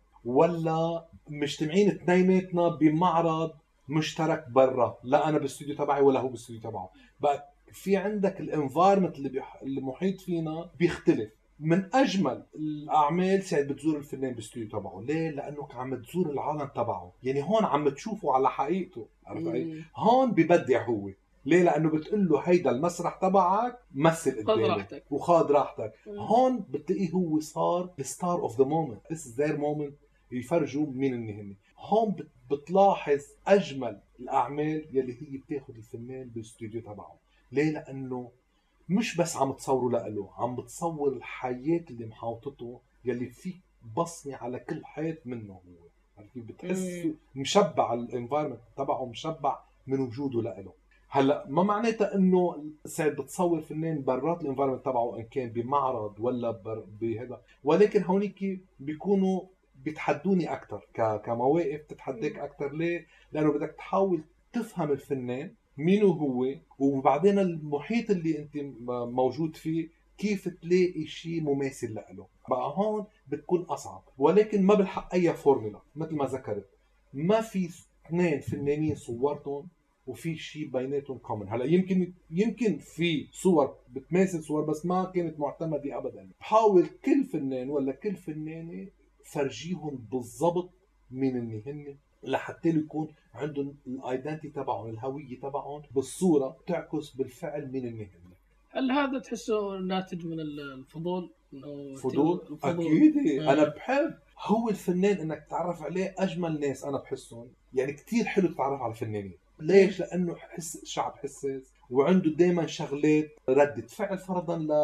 ولا مجتمعين اثنيناتنا بمعرض مشترك برا، لا انا بالاستوديو تبعي ولا هو بالاستوديو تبعه. بقى في عندك الانفايرمنت اللي بيح... اللي محيط فينا بيختلف. من اجمل الاعمال ساعد بتزور الفنان بالاستوديو تبعه. ليه؟ لانك عم تزور العالم تبعه، يعني هون عم تشوفه على حقيقته، عرفت علي؟ هون ببدع هو. ليه؟ لانه بتقول له هيدا المسرح تبعك، مثل خذ قدامي راحتك وخاض راحتك. هون بتلاقيه هو صار الستار اوف ذا مومنت. This is their moment. يفرجوا مين هن. هون بت- بتلاحظ اجمل الاعمال يلي هي بتاخذ الفنان بالاستوديو تبعه. ليه؟ لانه مش بس عم تصوروا لإله، عم بتصور الحياة اللي محاوطته يلي فيك بصمة على كل حيط منه هو. عرفتي؟ بتحسه مشبع، الانفايرمنت تبعه مشبع من وجوده لإله. هلا ما معناتها انه ساعد بتصور فنان برات الانفايرمنت تبعه ان كان بمعرض ولا بر- بهذا، ولكن هونيك بيكونوا بيتحدوني اكثر ك... كمواقف تتحداك اكثر. ليه؟ لانه بدك تحاول تفهم الفنان مينو هو، وبعدين المحيط اللي انت م- موجود فيه كيف تلاقي شيء مماثل له. بقى هون بتكون اصعب، ولكن ما بالحق اي فورمولا. مثل ما ذكرت، ما في اثنين فنانين صورتهم وفي شيء بيناتهم كومن. هلا يمكن يمكن في صور بتماثل صور بس ما كانت معتمده ابدا. بحاول كل فنان ولا كل فنانه فرجيهم بالضبط مين اللي هن، لحتى يكون عندهم الايدنتي تبعهم، الهويه تبعهم بالصوره تعكس بالفعل مين اللي هن. هل هذا تحسه ناتج من الفضول؟ انه فضول الفضول. اكيد. آه. انا بحب هو الفنان انك تتعرف عليه. اجمل ناس انا بحسهم يعني كتير حلو تتعرف على الفنانين. ليش؟ لانه حس شعب حساس وعنده دائما شغلات ردة فعل، فرضا ل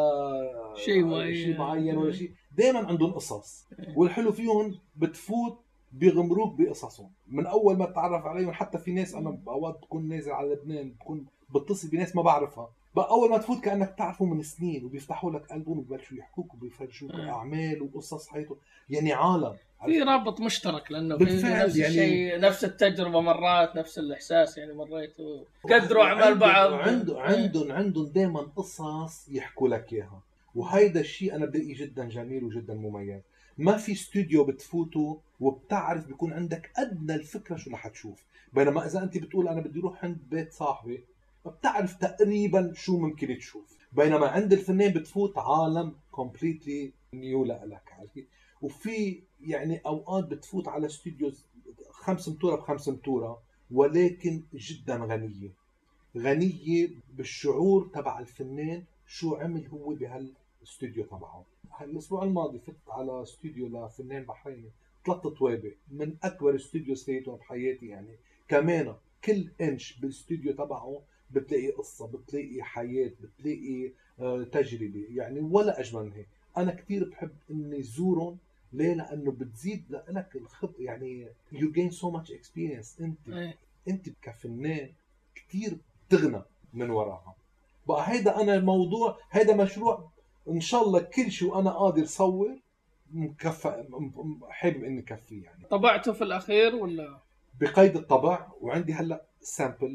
شيء معين شيء معين ولا شيء، دائما عندهم قصص. والحلو فيهم بتفوت بيغمروك بقصصهم من اول ما تتعرف عليهم. حتى في ناس انا اوقات بكون نازل على لبنان، بكون بتصل بناس ما بعرفها، بقى اول ما تفوت كانك تعرفه من سنين، وبيفتحوا لك قلبهم وبيبلشوا يحكوك وبيفرجوك آه. اعمال وقصص حياته. يعني عالم في رابط مشترك، لانه في بالفعل نفس يعني. الشيء، نفس التجربه مرات، نفس الاحساس يعني مريت قدروا اعمال بعض. عندهم عندهم عندهم دائما قصص يحكوا لك اياها. وهيدا الشيء انا بلاقيه جدا جميل وجدا مميز. ما في استوديو بتفوته وبتعرف بيكون عندك ادنى الفكره شو رح تشوف. بينما اذا انت بتقول انا بدي اروح عند بيت صاحبي، بتعرف تقريبا شو ممكن تشوف. بينما عند الفنان بتفوت عالم كومبليتلي نيو لك. عرفتي؟ وفي يعني اوقات بتفوت على استوديوز خمس متوره بخمس متوره، ولكن جدا غنيه غنيه بالشعور تبع الفنان شو عمل هو بهالاستوديو تبعه. الاسبوع الماضي فت على استوديو لفنان بحريني، ثلاث طوابق من اكبر استوديو سويتهم بحياتي. يعني كمان كل انش بالاستوديو تبعه بتلاقي قصه، بتلاقي حياه، بتلاقي آه تجربه. يعني ولا اجمل من هيك. انا كثير بحب اني زورهم. ليه؟ لانه بتزيد لك الخط، يعني you gain so much experience. انت أيه. انت كفنان كثير تغنى من وراها. بقى هيدا انا الموضوع، هيدا مشروع ان شاء الله كل شيء وانا قادر صور مكفى، حابب اني كفيه. يعني طبعته في الاخير ولا بقيد الطبع، وعندي هلا سامبل.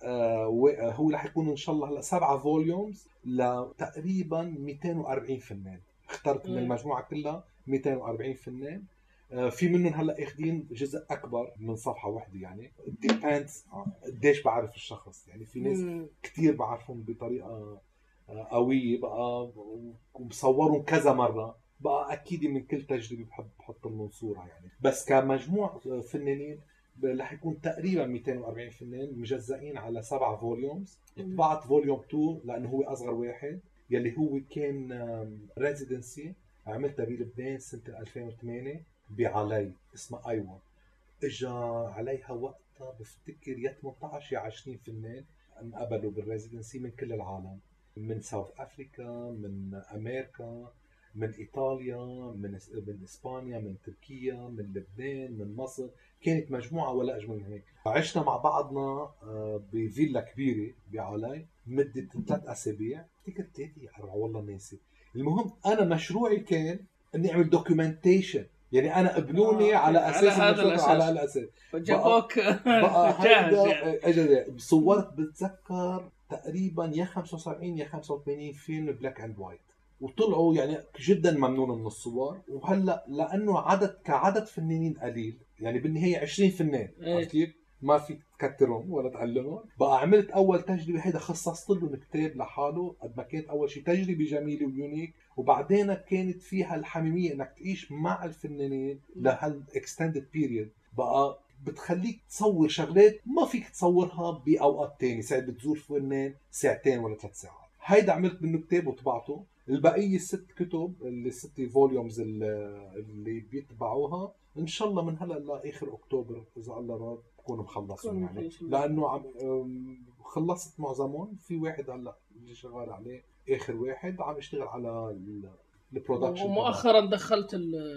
آه هو رح يكون ان شاء الله هلا سبعة فوليومز لتقريبا مئتين وأربعين فنان. اخترت من المجموعه كلها مئتين وأربعين فنان. آه في منهم هلا اخذين جزء اكبر من صفحه واحده. يعني ديبيندز قديش بعرف الشخص. يعني في ناس كثير بعرفهم بطريقه آه قويه بقى وبصورهم كذا مره، بقى اكيد من كل تجربه بحب بحط لهم صوره. يعني بس كمجموع فنانين رح يكون تقريبا مئتين وأربعين فنان مجزئين على سبعة فوليومز. طبعت فوليوم اثنين لانه هو اصغر واحد، يلي هو كان ريزيدنسي عملتها بلبنان سنه ألفين وثمانية بعلي، اسمها ايوه. اجى عليها وقتها بفتكر يا ثمانية عشر يا عشرين فنان انقبلوا بالريزيدنسي من كل العالم، من ساوث افريكا، من امريكا، من ايطاليا، من من اسبانيا، من تركيا، من لبنان، من مصر. كانت مجموعه ولا اجمل من هيك. عشنا مع بعضنا بفيلا كبيره بعلاي مده ثلاث اسابيع، افتكر ثلاثه اربعه والله ناسي. المهم انا مشروعي كان اني اعمل دوكيومنتيشن، يعني انا قبلوني آه، على على اساس هذا المشروع على الاساس هالاساس. بقى فجابوك بقى جاهز هيدا يعني. اجى صورت بتذكر تقريبا يا خمسة وسبعين يا خمسة وثمانين فيلم بلاك اند وايت، وطلعوا يعني جدا ممنون من الصور. وهلا لانه عدد كعدد فنانين قليل، يعني بالنهايه عشرين فنان، عرفت كيف؟ ما فيك تكترهم ولا تعلمهم. بقى عملت اول تجربه، هيدا خصصت له كتاب لحاله، قد ما كانت اول شيء تجربه جميله ويونيك، وبعدين كانت فيها الحميميه انك تعيش مع الفنانين لهالاكستندد بيريد. بقى بتخليك تصور شغلات ما فيك تصورها باوقات تانية، ساعات بتزور فنان ساعتين ولا ثلاث ساعات. هيدا عملت منه كتاب وطبعته. البقيه الست كتب اللي الست فوليومز اللي بيتبعوها ان شاء الله من هلا لاخر اكتوبر اذا الله راد بكون مخلصهم، يعني لانه عم خلصت معظمهم. في واحد هلا اللي شغال عليه اخر واحد عم اشتغل على البرودكشن. ومؤخرا دخلت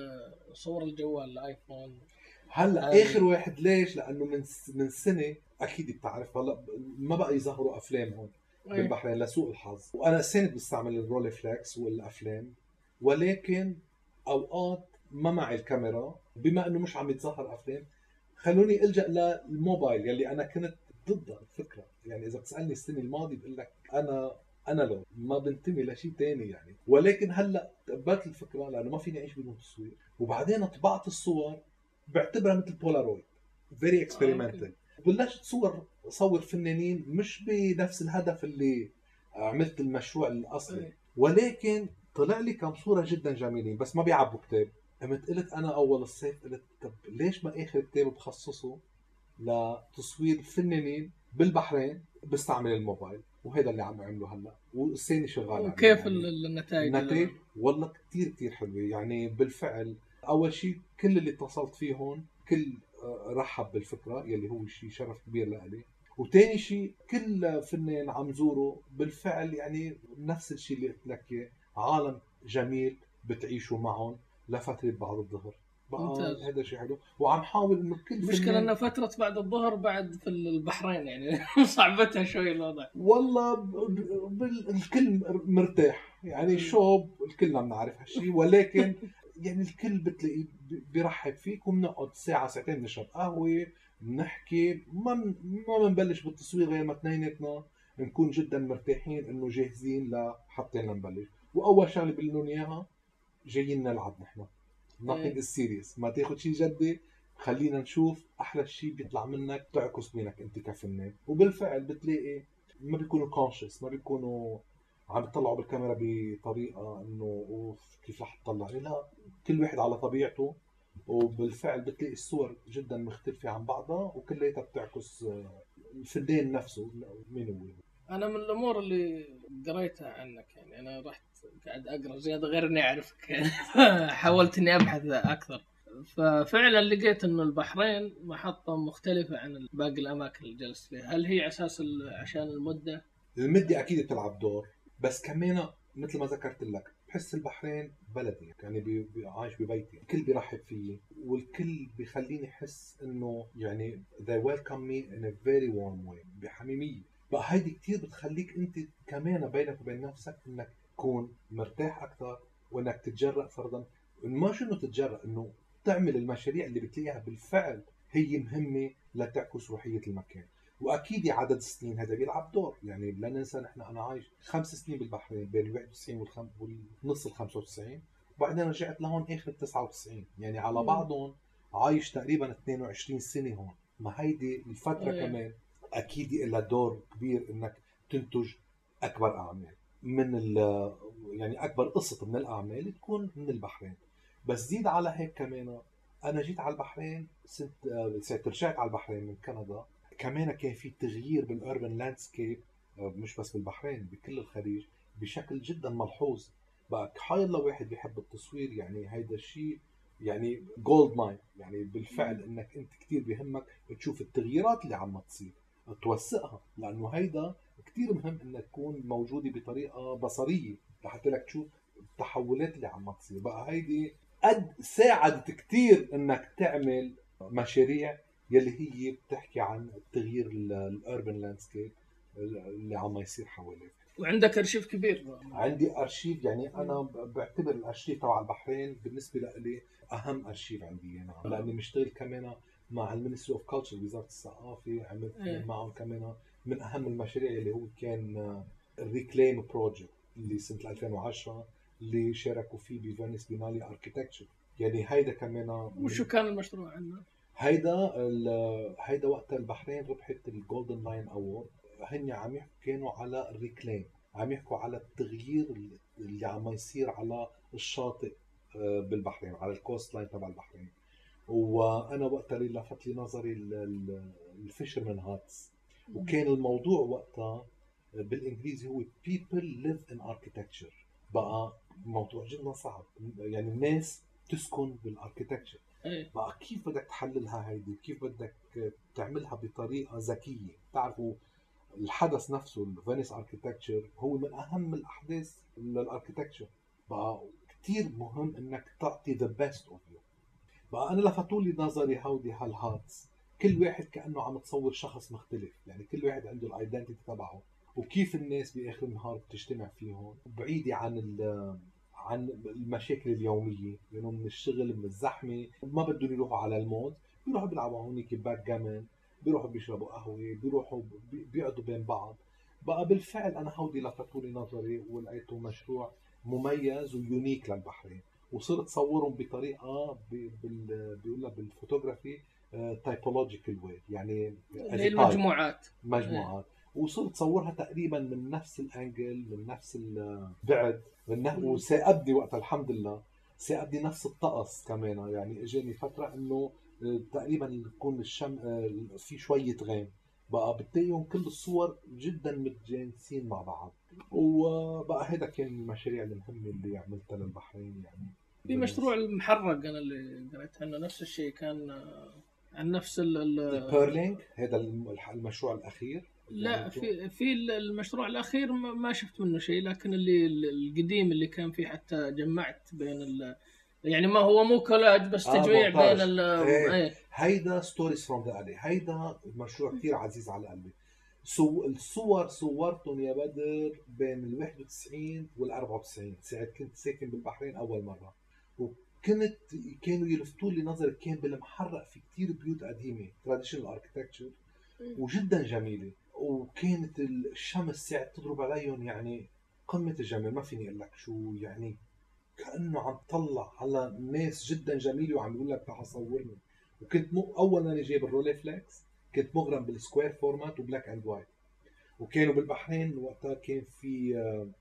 صور الجوال الايفون هلا هذه. اخر واحد ليش؟ لانه من من سنه اكيد بتعرف هلا ما بقى يظهروا افلام هون بالبحرين لسوء الحظ، وانا سنه بستعمل الروليفلكس والافلام، ولكن اوقات ما معي الكاميرا بما انه مش عم يتظهر افلام، خلوني الجا للموبايل يلي انا كنت ضد الفكره. يعني اذا بتسالني السنه الماضيه بقول لك انا انا لو ما بنتمي لشيء ثاني يعني، ولكن هلا تقبلت الفكره لانه ما فيني اعيش بدون تصوير. وبعدين طبعت الصور بعتبرها مثل بولارويد، فيري اكسبيرمنتال. بلشت صور صور فنانين مش بنفس الهدف اللي عملت المشروع الاصلي، ولكن طلع لي كم صوره جدا جميلين بس ما بيعبوا كتاب. قمت قلت انا اول الصيف قلت طب ليش ما اخر كتاب بخصصه لتصوير فنانين بالبحرين بستعمل الموبايل، وهذا اللي عم اعمله هلا والسنه شغال عليه. وكيف يعني النتائج؟ النتائج والله كتير كتير حلوه. يعني بالفعل اول شيء كل اللي اتصلت فيهم كل رحب بالفكره يلي هو شيء شرف كبير لإلي. وتاني شيء كل فنان عم زوره بالفعل يعني نفس الشيء اللي قلت لك اياه، عالم جميل بتعيشوا معهم لفتره بعد الظهر. ممتاز. هذا شيء حلو. وعم حاول انه كل المشكلة انه فترة بعد الظهر بعد في البحرين يعني صعبتها شوي الوضع. والله الكل مرتاح يعني شوب، الكل بنعرف هالشيء، ولكن يعني الكل بتلاقي بيرحب فيك، وبنقعد ساعة ساعتين بنشرب قهوة بنحكي، ما ما بنبلش بالتصوير غير ما اثنيناتنا نكون جدا مرتاحين انه جاهزين لحتى نبلش. واول شغله بقول لهم اياها جايين نلعب نحن، nothing is serious، ما تاخذ شيء جدي، خلينا نشوف احلى شيء بيطلع منك تعكس بينك انت كفنان. وبالفعل بتلاقي ما بيكونوا كونشس، ما بيكونوا عم يطلعوا بالكاميرا بطريقه انه اوف كيف رح تطلع، لا كل واحد على طبيعته. وبالفعل بتلاقي الصور جدا مختلفه عن بعضها وكلياتها بتعكس الفنان نفسه مين هو. انا من الامور اللي قريتها عنك يعني انا رحت قاعد اقرا زياده غير اني اعرفك يعني حاولت اني ابحث اكثر، ففعلا لقيت انه البحرين محطه مختلفه عن باقي الاماكن اللي جلست فيها. هل هي اساس عشان المده؟ المده اكيد بتلعب دور، بس كمان مثل ما ذكرت لك بحس البحرين بلدي، يعني بي عايش ببيتي، الكل بيرحب فيي والكل بيخليني احس انه يعني they welcome me in a very warm way، بحميميه. بقى هيدي كتير بتخليك انت كمان بينك وبين نفسك انك تكون مرتاح اكثر، وانك تتجرأ فرضا، ما شو انه تتجرأ، انه تعمل المشاريع اللي بتلاقيها بالفعل هي مهمه لتعكس روحيه المكان. واكيد عدد السنين هذا بيلعب دور، يعني لا ننسى نحن انا عايش خمس سنين بالبحرين بين ال واحد وتسعين والخم... والنص ال خمسة وتسعين، وبعدين رجعت لهون اخر تسعة وتسعين، يعني على بعضهم عايش تقريبا اثنين وعشرين سنه هون. ما هيدي الفتره أيه. كمان اكيد لها دور كبير انك تنتج اكبر اعمال من ال... يعني اكبر قسط من الاعمال تكون من البحرين. بس زيد على هيك كمان انا جيت على البحرين سنه ساعه رجعت على البحرين من كندا، كمان كان في تغيير بالاربن لاندسكيب مش بس بالبحرين بكل الخليج بشكل جدا ملحوظ. بقى حي الله واحد بيحب التصوير، يعني هيدا الشيء يعني جولد ماين، يعني بالفعل انك انت كتير بيهمك تشوف التغييرات اللي عم تصير توثقها، لانه هيدا كتير مهم انك تكون موجوده بطريقه بصريه لحتى لك تشوف التحولات اللي عم تصير. بقى هيدي قد ساعدت كتير انك تعمل مشاريع يلي هي بتحكي عن تغيير الاربن لاندسكيب اللي عم يصير حواليك. وعندك ارشيف كبير. عندي ارشيف، يعني انا بعتبر الارشيف تبع البحرين بالنسبه لي اهم ارشيف عندي انا، يعني لاني مشتغل كمان مع المينستري اوف كلتشر، وزاره الثقافه، عملت إيه. معهم كمان من اهم المشاريع اللي هو كان الريكليم بروجكت اللي سنه ألفين وعشرة اللي شاركوا فيه بفينيس بينالي اركيتكتشر. يعني هيدا كمان. وشو كان المشروع عندنا؟ هيدا هيدا وقت البحرين ربحت الجولدن لاين اوورد. هن عم يحكوا كانوا على الريكليم، عم يحكوا على التغيير اللي عم يصير على الشاطئ بالبحرين، على الكوست لاين تبع البحرين. وانا وقتها اللي لفت لي نظري الفيشرمان هاتس، وكان الموضوع وقتها بالانجليزي هو people live in architecture. بقى موضوع جدا صعب، يعني الناس تسكن بالاركيتكتشر. بقى كيف بدك تحللها هيدي؟ كيف بدك تعملها بطريقه ذكيه؟ تعرفوا الحدث نفسه الفينيس اركيتكتشر هو من اهم الاحداث للاركيتكتشر. بقى كثير مهم انك تعطي ذا بيست اوف يو. بقى انا لفتوا لي نظري هودي هالهاتس، كل واحد كانه عم تصور شخص مختلف، يعني كل واحد عنده الايدنتيتي تبعه، وكيف الناس باخر النهار بتجتمع فيهم بعيده عن عن المشاكل اليوميه، لانه يعني من الشغل، من الزحمه، ما بدهم يروحوا على الموت، بيروحوا بيلعبوا هونيك باك جامن، بيروحوا بيشربوا قهوه، بيروحوا بيقعدوا بين بعض. بقى بالفعل انا هودي لفتوا لي نظري ولقيته مشروع مميز ويونيك للبحرين، وصرت صورهم بطريقه بيقول لها بالفوتوغرافي تايبولوجيكال واي، يعني المجموعات مجموعات وصرت صورها تقريبا من نفس الانجل، من نفس البعد، من نفس وساعدني وقتها الحمد لله ساعدني نفس الطقس كمان. يعني اجاني فتره انه تقريبا يكون الشم في شويه غيم، بقى بتلاقيهم كل الصور جدا متجانسين مع بعض. وبقى هذا كان المشاريع المهمه اللي عملتها للبحرين. يعني في مشروع المحرق انا اللي قريت عنه نفس الشيء، كان عن نفس البيرلينج. هذا المشروع الاخير. لا، في في المشروع الاخير ما شفت منه شيء، لكن اللي القديم اللي كان فيه حتى جمعت بين ال يعني ما هو مو كولاج بس تجميع آه بين ال ايه. هيدا ستوريز فروم ذا الي، هيدا مشروع كثير عزيز على قلبي. سو الصور صورتهم يا بدر بين ال واحد وتسعين وال أربعة وتسعين، ساعة كنت ساكن بالبحرين اول مره، وكنت كانوا يلفتوا لي نظري. كان بالمحرق في كثير بيوت قديمه تراديشنال اركيتكتشر وجدا جميله، وكانت الشمس ساعة تضرب عليهم، يعني قمة الجمال ما فيني اقول لك شو، يعني كأنه عم تطلع على ناس جدا جميلة وعم يقول لك تعال صورني. وكنت مو أول أنا جايب الرولي فليكس، كنت مغرم بالسكوير فورمات وبلاك اند وايت. وكانوا بالبحرين وقتها كان في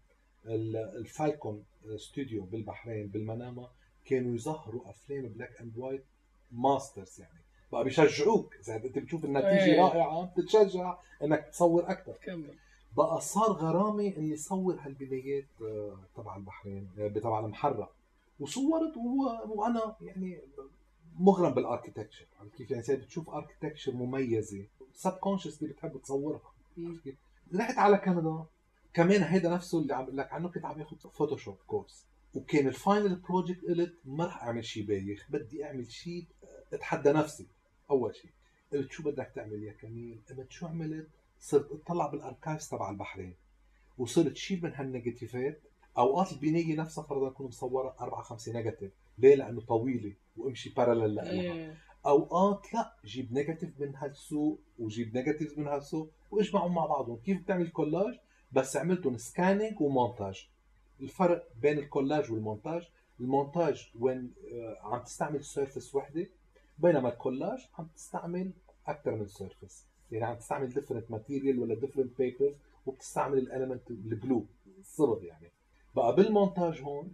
الفالكون ستوديو بالبحرين بالمنامة، كانوا يظهروا أفلام بلاك اند وايت ماسترز. يعني بقى بيشجعوك إذا أنت بتشوف النتيجة أيه. رائعة بتتشجع إنك تصور أكثر. كمل. بقى صار غرامي إني صور هالبنايات تبع البحرين تبع المحرق، وصورت وأنا يعني مغرم بالاركيتكتشر. كيف يعني سيد بتشوف اركيتكتشر مميزة سب كونشسلي بتحب تصورها. رحت على كندا كمان، هيدا نفسه اللي عم بقول لك عنه، كنت عم ياخذ فوتوشوب كورس، وكان الفاينل بروجكت قلت ما رح اعمل شيء بايخ، بدي اعمل شيء اتحدى نفسي. اول شيء قلت شو بدك تعمل يا كميل؟ قلت شو عملت؟ صرت اطلع بالاركايفز تبع البحرين، وصرت شيل من هالنيجاتيفات. اوقات البنايه نفسها فرضا تكون مصوره أربعة خمسة نيجاتيف، ليه؟ لانه طويله وامشي بارالل لها. اوقات لا، جيب نيجاتيف من هالسوق وجيب نيجاتيف من هالسوق واجمعهم مع بعضهم. كيف بتعمل كولاج؟ بس عملتهم سكانينج ومونتاج. الفرق بين الكولاج والمونتاج، المونتاج وين عم تستعمل سيرفيس وحده، بينما الكولاج عم تستعمل اكثر من سيرفيس، يعني عم تستعمل ديفرنت ماتيريال ولا ديفرنت بيبرز، وبتستعمل الاليمنت الجلو الصبغ. يعني بقى بالمونتاج هون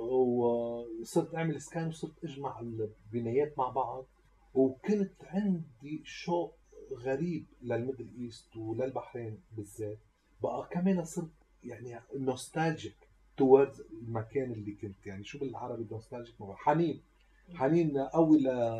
وصرت اعمل سكان وصرت اجمع البنايات مع بعض. وكنت عندي شوق غريب للميدل ايست وللبحرين بالذات. بقى كمان صرت يعني نوستالجيك توورز المكان اللي كنت، يعني شو بالعربي نوستالجيك؟ حنين حنين قوي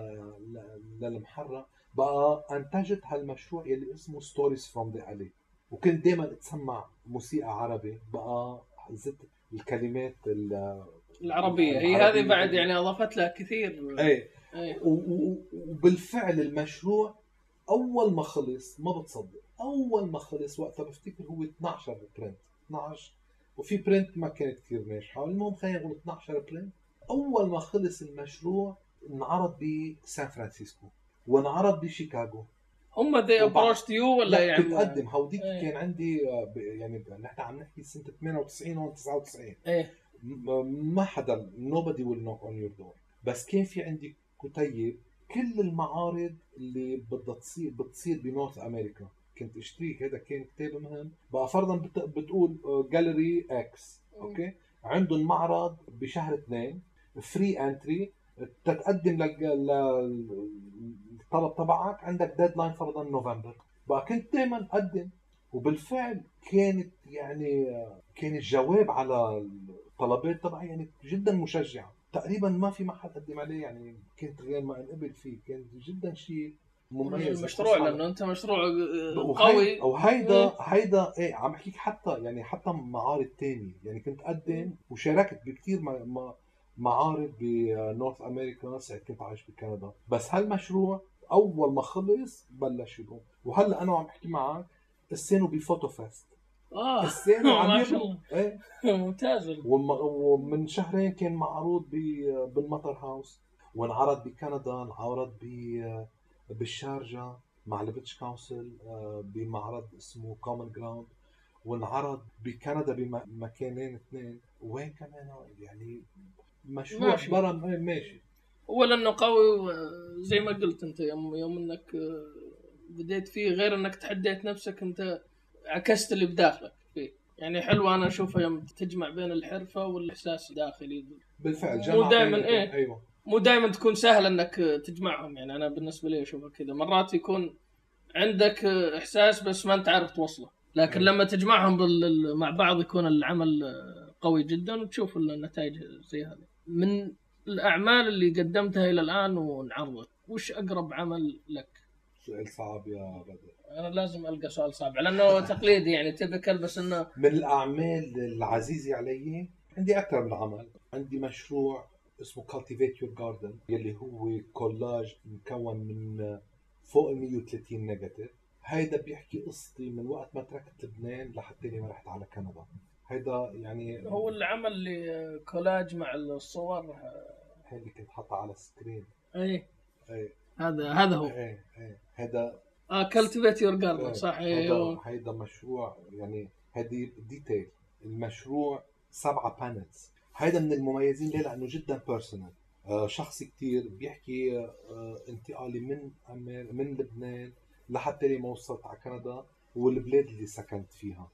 للمحرق. بقى انتجت هالمشروع يلي اسمه ستوريز فروم ذا الي، وكنت دائما اتسمع موسيقى عربي. بقى زدت الكلمات العربيه، هي هذه بعد يعني اضافت لها كثير. ايه أيه. وبالفعل المشروع اول ما خلص ما بتصدق اول ما خلص وقتها بفتكر هو اثنعش برنت اثنعش وفي برنت ما كانت كثير ناجحه. المهم خلينا نقول اثنعش برنت. اول ما خلص المشروع انعرض بسان فرانسيسكو وانعرض بشيكاغو. هم دي ابروشت يو ولا لا يعني كنت اقدم هوديك ايه. كان عندي يعني نحن عم نحكي سنه ثمانية وتسعين و تسعة وتسعين. ايه. ما حدا nobody will knock on your door. بس كان في عندي كتيب كل المعارض اللي بدها تصير بتصير بنورث امريكا كنت اشتريك. هذا كان كتاب مهم. بقى فرضا بتقول جاليري اكس اوكي عندهم معرض بشهر اثنين فري انتري تتقدم للطلب تبعك عندك ديدلاين فرضا نوفمبر. بقى كنت دائما اقدم وبالفعل كانت يعني كان الجواب على الطلبات تبعي يعني جدا مشجع. تقريبا ما في محل قدم عليه يعني كنت غير ما انقبل فيه. كان جدا شيء مميز المشروع لانه انت مشروع قوي. او هيدا هيدا ايه عم بحكيك حتى يعني حتى معارض تاني يعني كنت اقدم وشاركت بكثير معارض بنورث امريكا ساعه كنت عايش بكندا. بس هالمشروع اول ما خلص بلش يقوم. وهلا انا عم بحكي معك السنه بفوتو فيست. اه السنه عم ما يبروا ايه ممتاز. ومن شهرين كان معروض بالمطر هاوس وانعرض بكندا انعرض بالشارجه مع البريتش كونسل بمعرض اسمه كومن جراوند وانعرض بكندا بمكانين اثنين. وين كمان يعني مشروع ماشي. برا ماشي. اولا انه قوي زي ما قلت انت يوم يوم انك بديت فيه غير انك تحديت نفسك انت عكست اللي بداخلك فيه. يعني حلو انا اشوفها يوم تجمع بين الحرفه والاحساس الداخلي. بالفعل مو دائما ايه ايوه مو دائما تكون سهل انك تجمعهم. يعني انا بالنسبه لي اشوفها كذا مرات يكون عندك احساس بس ما انت عارف توصله لكن أيوة. لما تجمعهم بال... مع بعض يكون العمل قوي جدا وتشوف النتائج زي هذه. من الاعمال اللي قدمتها الى الان وانعرضت وش اقرب عمل لك؟ سؤال صعب يا بدر. انا لازم القى سؤال صعب لانه تقليدي يعني تبكل بس انه من الاعمال العزيزه علي عندي اكثر من عمل. عندي مشروع اسمه Cultivate Your Garden يلي هو كولاج مكون من فوق ال مية وثلاثين نيجاتيف. هيدا بيحكي قصتي من وقت ما تركت لبنان لحتى ما رحت على كندا. هيدا يعني هو العمل اللي كولاج مع الصور هي اللي كنت حاطها على السكرين. اي اي هذا هذا هو اي اي هذا اه Cultivate Your Garden صح. هيدا هيدا مشروع يعني هذه ديتيل. المشروع سبعة بانلز. هيدا من المميزين ليه لانه جدا بيرسونال آه شخصي كتير بيحكي آه انتقالي من من لبنان لحتى ما وصلت على كندا والبلاد اللي سكنت فيها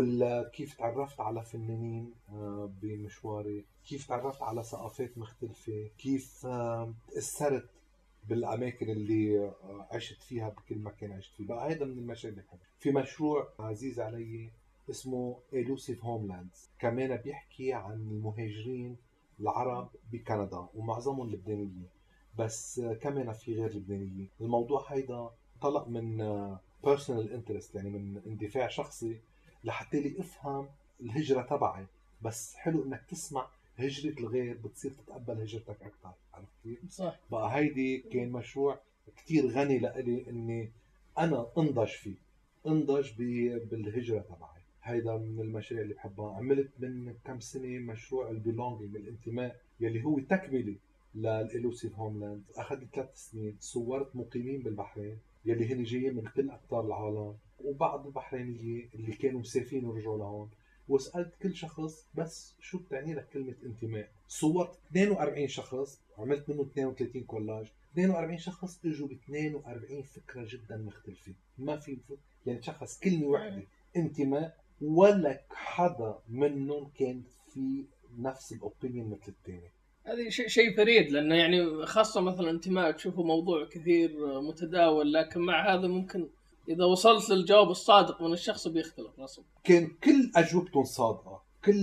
وكيف تعرفت على فنانين آه بمشواري كيف تعرفت على ثقافات مختلفة كيف آه تأثرت بالأماكن اللي عشت فيها بكل مكان عشت فيه. بقى هذا من المشاريع اللي بحبها. في مشروع عزيز علي اسمه Elusive Homelands كمان بيحكي عن المهاجرين العرب بكندا ومعظمهم لبنانيين بس كمان في غير لبنانيين. الموضوع هيدا طلق من personal interest يعني من اندفاع شخصي لحتى لي افهم الهجرة تبعي. بس حلو انك تسمع هجرة الغير بتصير تتقبل هجرتك أكثر. عرفت كيف؟ صح. بقى هيدي كان مشروع كتير غني لإلي إني أنا انضج فيه انضج بالهجرة تبعي. هيدا من المشاريع اللي بحبها. عملت من كم سنة مشروع البيلونجينج الانتماء يلي هو تكملة للإلوسيف هوملاند. أخذ لي ثلاث سنين. صورت مقيمين بالبحرين يلي هن جايين من كل أقطار العالم وبعض البحرينيين اللي كانوا مسافرين ورجعوا لهون وسألت كل شخص بس شو بتعني لك كلمة انتماء. صورت اثنين وأربعين شخص عملت منه اثنين وثلاثين كولاج. اثنين وأربعين شخص اجوا ب اثنين وأربعين فكرة جدا مختلفة. ما في يعني شخص كلمة واحدة انتماء ولا حدا منهم كان في نفس الاوبينيون مثل الثاني. هذه شيء فريد لانه يعني خاصة مثلا انتماء تشوفه موضوع كثير متداول لكن مع هذا ممكن إذا وصلت للجواب الصادق من الشخص بيختلف رسم. كان كل أجوبتهم صادقة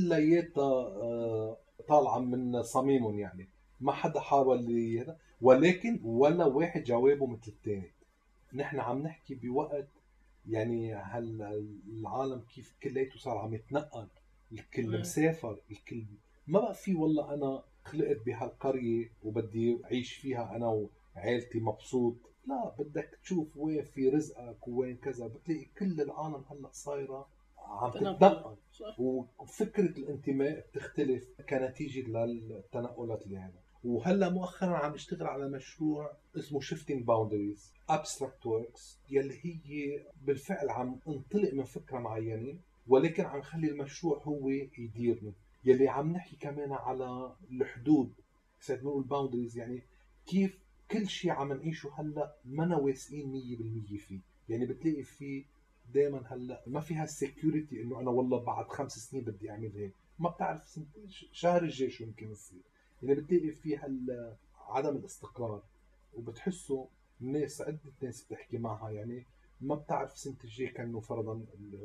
كلياتها طالعة من صميمهم يعني ما حدا حاول هذا ولكن ولا واحد جوابه مثل الثاني. نحن عم نحكي بوقت يعني هالعالم كيف كلياته صار عم يتنقل الكل مسافر الكل ما بقى في والله أنا خلقت بهالقرية وبدي أعيش فيها أنا وعائلتي مبسوط. لا، بدك تشوف وين في رزقك وين كذا. بتلاقي كل العالم هلأ صايرة عم تتنقل، وفكرة الانتماء بتختلف كنتيجة للتنقلات اللي هنا. وهلا مؤخرا عم نشتغل على مشروع اسمه Shifting Boundaries Abstract Works، يلي هي بالفعل عم انطلق من فكرة معينة، ولكن عم خلي المشروع هو يديرني. يلي عم نحكي كمان على الحدود، ساعة نقول boundaries يعني كيف كل شيء عم نعيشه هلا ما واثقين مية بالمية فيه. يعني بتلاقي فيه دائما هلا ما فيها السكيورتي انه انا والله بعد خمس سنين بدي اعمل هيك، ما بتعرف شهر الجاي شو ممكن يصير. يعني بتلاقي في هال عدم الاستقرار، وبتحسوا الناس عدة ناس بتحكي معها يعني ما بتعرف سنة الجاي كانه فرضا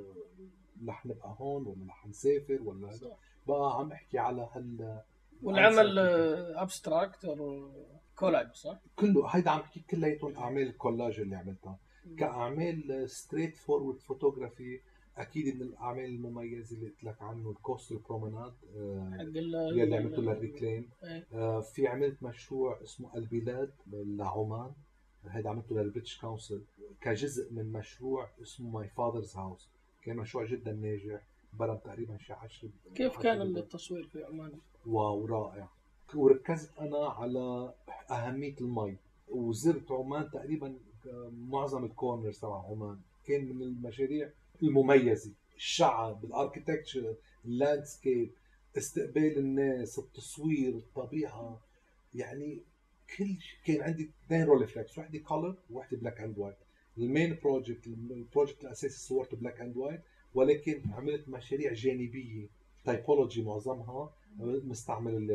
رح نبقى هون ولا رح نسافر ولا هذا. بقى عم احكي على هال والعمل ابستراكت او كولاج صح؟ كله هيدا عم بحكي كلياتهم اعمال الكولاج اللي عملتها. كاعمال ستريت فورورد فوتوغرافي اكيد من الاعمال المميزه اللي قلت لك عنه الكوستل برومناد اللي عملته للريكلين. آه في عملت مشروع اسمه البلاد لعمان، هذا عملته للبريتش كونسل كجزء من مشروع اسمه ماي فاذرز هاوس. كان مشروع جدا ناجح، بلغ تقريبا شي عشرة. كيف كان التصوير في عمان؟ واو رائع. وركزت انا على اهميه المي، وزرت عمان تقريبا معظم الكورنرز تبع عمان. كان من المشاريع المميزه، الشعب، الاركيتكتشر، اللاندسكيب، استقبال الناس، التصوير، الطبيعه. يعني كل شيء. كان عندي اثنين روليفلكس، وحده كولر وحده بلاك اند وايت. المين بروجكت البروجكت الاساسي صورته بلاك اند وايت، ولكن عملت مشاريع جانبيه تايبولوجي معظمها مستعمل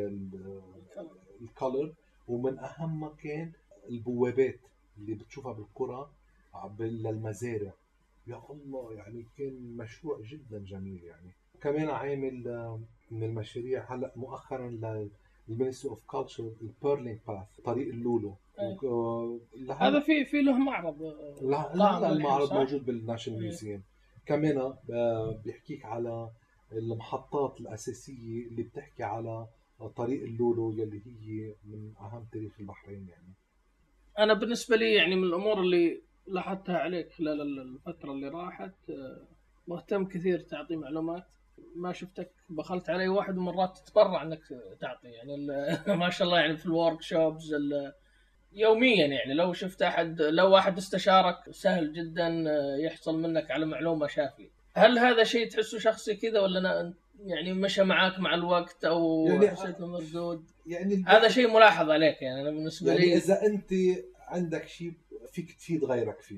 الكولر. ومن اهمها كان البوابات اللي بتشوفها بالقرى للمزارع. يا الله، يعني كان مشروع جدا جميل. يعني كمان عامل من المشاريع هلا مؤخرا للمينستري اوف كلتشر البيرلينج باث، طريق اللولو. هذا في في له معرض. لا لا المعرض موجود بالناشونال ميوزيوم. كمان بيحكيك على المحطات الأساسية اللي بتحكي على طريق اللولو يلي هي من أهم تاريخ البحرين. يعني أنا بالنسبة لي يعني من الأمور اللي لاحظتها عليك خلال الفترة اللي راحت، مهتم كثير تعطي معلومات. ما شفتك بخلت علي واحد ومرات تتبرع انك تعطي يعني ما شاء الله. يعني في الورك شوبز يوميا، يعني لو شفت احد، لو واحد استشارك سهل جدا يحصل منك على معلومة شافية. هل هذا شيء تحسه شخصي كذا ولا أنا يعني مشى معاك مع الوقت او يعني حسيته مردود؟ يعني هذا شيء ملاحظ عليك. يعني انا بالنسبة يعني لي اذا انت عندك شيء فيك تفيد غيرك فيه،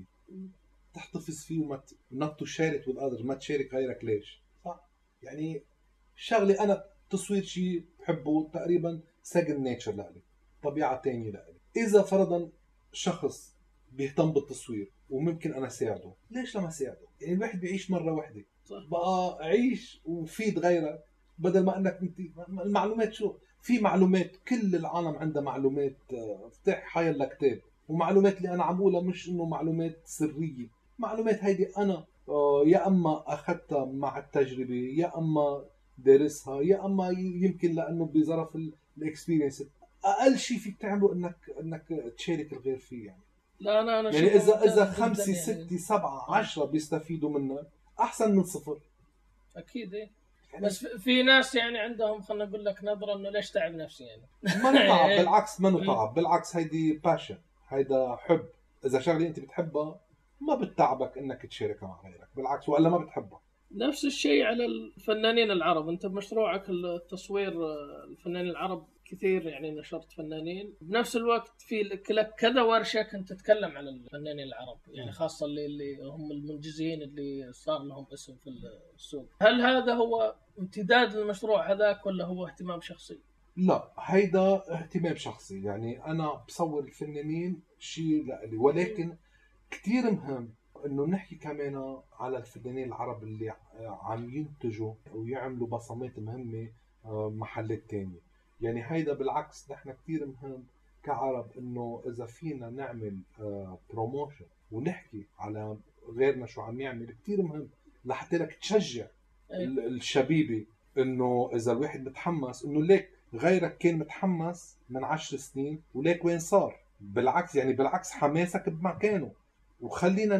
تحتفظ فيه وما not to share it with others، ما تشارك غيرك. ليش؟ صح؟ يعني شغلي أنا تصوير شيء بحبه تقريبا second nature لألي، طبيعة تانية لألي. إذا فرضا شخص بيهتم بالتصوير وممكن أنا ساعده، ليش لما ساعده؟ يعني الواحد بيعيش مرة واحدة، بقى عيش وفيد غيرك بدل ما أنك انت المعلومات. شو في معلومات، كل العالم عندها معلومات. افتح حيلا كتاب ومعلومات اللي أنا عم بقولها مش إنه معلومات سرية، معلومات هيدي أنا يا أما أخذتها مع التجربة، يا أما دارسها، يا أما يمكن لأنه بظرف الإكسبيرينس. أقل شيء فيك تعمله إنك إنك تشارك الغير فيه. يعني لا أنا أنا يعني إذا إذا خمسة يعني ستة سبعة عشرة بيستفيدوا منك أحسن من صفر. أكيد إيه. يعني بس في ناس يعني عندهم خلنا نقول لك نظرة إنه ليش تعب نفسي يعني. ما نتعب بالعكس، ما نتعب بالعكس. هيدي باشن، هيدا حب. إذا شغلة أنت بتحبها ما بتتعبك إنك تشاركها مع غيرك، بالعكس، ولا ما بتحبها. نفس الشيء على الفنانين العرب. أنت بمشروعك التصوير الفنانين العرب كثير يعني نشرت فنانين. بنفس الوقت في لك كذا ورشة كنت تتكلم عن الفنانين العرب، يعني خاصة اللي, اللي هم المنجزين اللي صار لهم اسم في السوق. هل هذا هو امتداد للمشروع هذاك ولا هو اهتمام شخصي؟ لا، هيدا اهتمام شخصي. يعني أنا بصور الفنانين شيء لألي، ولكن كتير مهم إنه نحكي كمان على الفنانين العرب اللي عم ينتجوا ويعملوا بصمات مهمة محلات تانية. يعني هيدا بالعكس نحن كتير مهم كعرب إنه إذا فينا نعمل بروموشن ونحكي على غيرنا شو عم يعمل، كتير مهم لحتى لك تشجع الشبيبة. إنه إذا الواحد متحمس إنه ليك غيرك كان متحمس من عشر سنين وليك وين صار. بالعكس يعني بالعكس حماسك بمكانه. وخلينا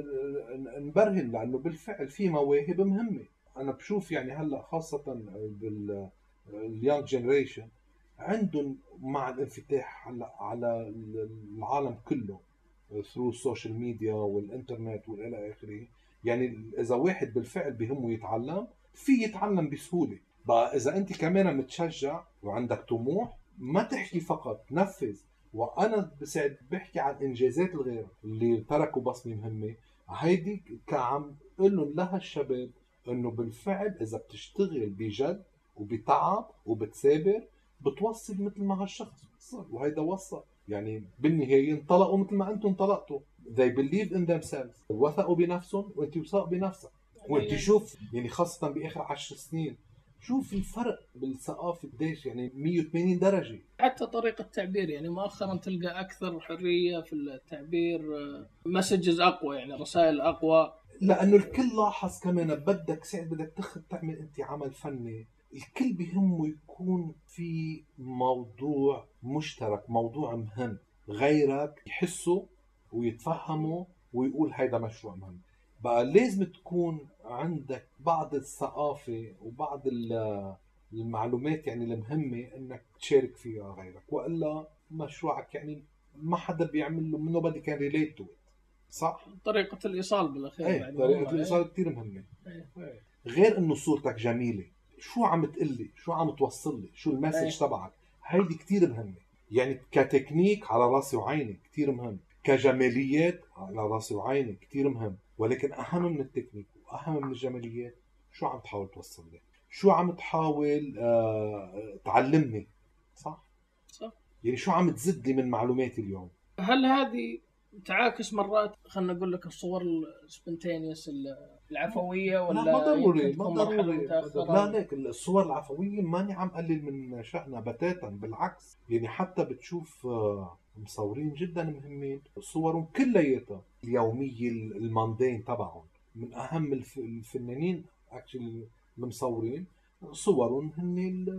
نبرهن لأنه بالفعل في مواهب مهمة. أنا بشوف يعني هلأ خاصة باليونج جنريشن عندهم مع الانفتاح هلأ على العالم كله ثرو السوشيال ميديا والإنترنت والى آخره. يعني إذا واحد بالفعل بهمه يتعلم في يتعلم بسهولة. بقى إذا أنت كمان متشجع وعندك طموح ما تحكي فقط، نفذ. وأنا بسعد بحكي عن إنجازات الغير اللي تركوا بصمة مهمة. هيدي كعم قل لهم لها الشباب إنه بالفعل إذا بتشتغل بجد وبتعب وبتثابر بتوصل مثل ما هالشخص وصل. وهيدا وصل يعني بالنهاية انطلقوا مثل ما أنتم انطلقتوا. they believe in themselves، وثقوا بنفسهم وأنت وثق بنفسك. وأنت شوف يعني خاصة بآخر عشر سنين شوف الفرق بالثقافة قديش يعني مية وثمانين درجة. حتى طريقة التعبير يعني مؤخرا تلقى أكثر حرية في التعبير، مسجز أقوى يعني رسائل أقوى. لأنه الكل لاحظ كمان بدك ساعد بدك تخ تعمل أنت عمل فني الكل بهمه يكون في موضوع مشترك، موضوع مهم غيرك يحسه ويتفهمه ويقول هيدا مشروع مهم. بقى لازم تكون عندك بعض الثقافة وبعض المعلومات يعني المهمة انك تشارك فيها غيرك، وإلا مشروعك يعني ما حدا بيعمل له منه بدي كان ريليت تو. صح؟ طريقة الإيصال بالأخير. ايه طريقة الإيصال كتير مهمة. ايه. غير انه صورتك جميلة، شو عم تقلي، شو عم توصل لي، شو المسج تبعك، هيدي كتير مهمة. يعني كتكنيك على راسي وعيني كتير مهم، كجماليات على راسي وعيني كتير مهم، ولكن أهم من التكنيك وأهم من الجماليات شو عم تحاول توصل لي، شو عم تحاول آه تعلمني. صح؟ صح. يعني شو عم تزد لي من معلوماتي اليوم. هل هذه تعاكس مرات خلنا نقول لك الصور السبنتينيوس العفوية ولا لا ما ضروري ما ضروري لا ليك الصور العفوية ماني عم قلل من شأنها بتاتا، بالعكس. يعني حتى بتشوف مصورين جدا مهمين صورهم كلياتها اليومية الماندين تبعهم من أهم الفنانين اكشلي المصورين صورهم هن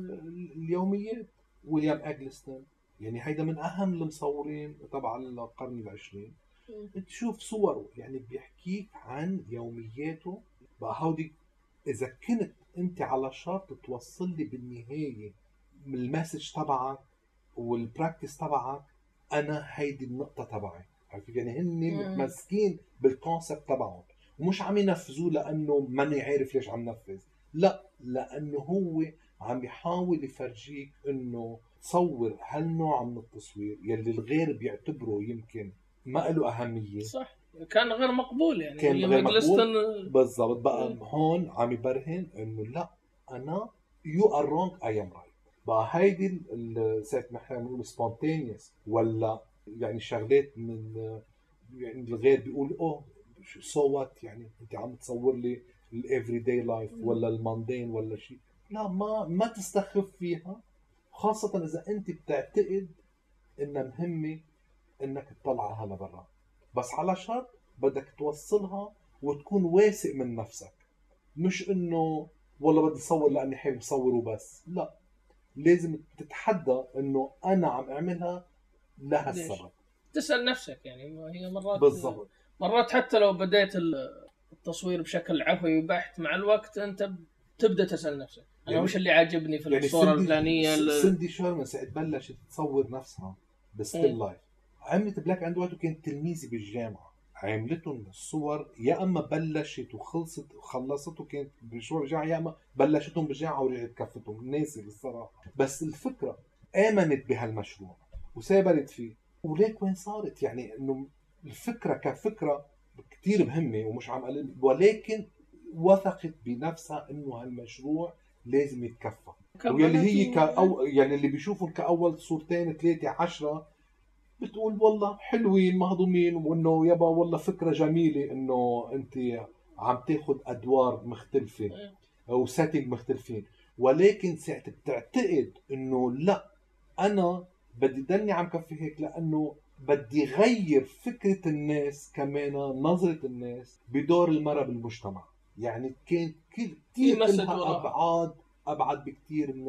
اليوميات. ويليام اجلستون يعني هيدا من أهم المصورين تبع القرن العشرين. تشوف صوره يعني بيحكيك عن يومياته. بقى هودي إذا كنت أنت على شرط توصل لي بالنهاية من المسج تبعك والبراكتس تبعك، أنا هيدي النقطة تبعي. عارف يعني هني متمسكين بالكونسبت تبعهم ومش عم ينفذوه لأنه ماني عارف ليش عم نفذ، لا لأنه هو عم يحاول يفرجيك إنه تصور هالنوع من التصوير يلي الغير بيعتبره يمكن ما له أهمية. صح، كان غير مقبول يعني كان غير مقبول بالضبط. بقى م. هون عم يبرهن انه لا انا you are wrong I am right. بقى هيدي ساعة ما احنا بنقول spontaneous ولا يعني شغلات من يعني الغير بيقول اوه so what يعني انت عم تصور لي ال everyday life ولا الماندين ولا شيء. لا ما ما تستخف فيها، خاصة اذا انت بتعتقد انها مهمة انك تطلعها لبرا، بس على شرط بدك توصلها وتكون واثق من نفسك. مش انه والله بدي اصور لاني حابب اصور وبس، لا لازم تتحدى انه انا عم اعملها لها السبب. تسأل نفسك يعني هي مرات بالضبط. مرات حتى لو بديت التصوير بشكل عفوي بحت مع الوقت انت تبدا تسأل نفسك انا يعني وش اللي عاجبني في يعني الصورة الفلانية. سندي شيرمان ساعة بلشت تصور نفسها بستيل لايف عملت بلاك اند وايت وكانت تلميذي بالجامعة. عملتهم الصور يا اما بلشت وخلصت خلصت وكانت بشوار بالجامعة، يا اما بلشتهم بالجامعة ورجعت كفتهم ناسي بالصراحة. بس الفكرة آمنت بهالمشروع وسابرت فيه وليك وين صارت. يعني انه الفكرة كفكرة كتير مهمة ومش عم قلل، ولكن وثقت بنفسها انه هالمشروع لازم يتكفى. واللي هي كأو يعني اللي بيشوفوا كأول صورتين ثلاثة عشرة بتقول والله حلوين مهضومين وانه يابا والله فكرة جميلة انه انت عم تاخد ادوار مختلفة او سيتنج مختلفين، ولكن ساعة بتعتقد انه لا انا بدي دلني عم كفي هيك لانه بدي غير فكرة الناس كمان نظرة الناس بدور المرأة بالمجتمع. يعني كان كتير لها ابعاد ابعد بكتير من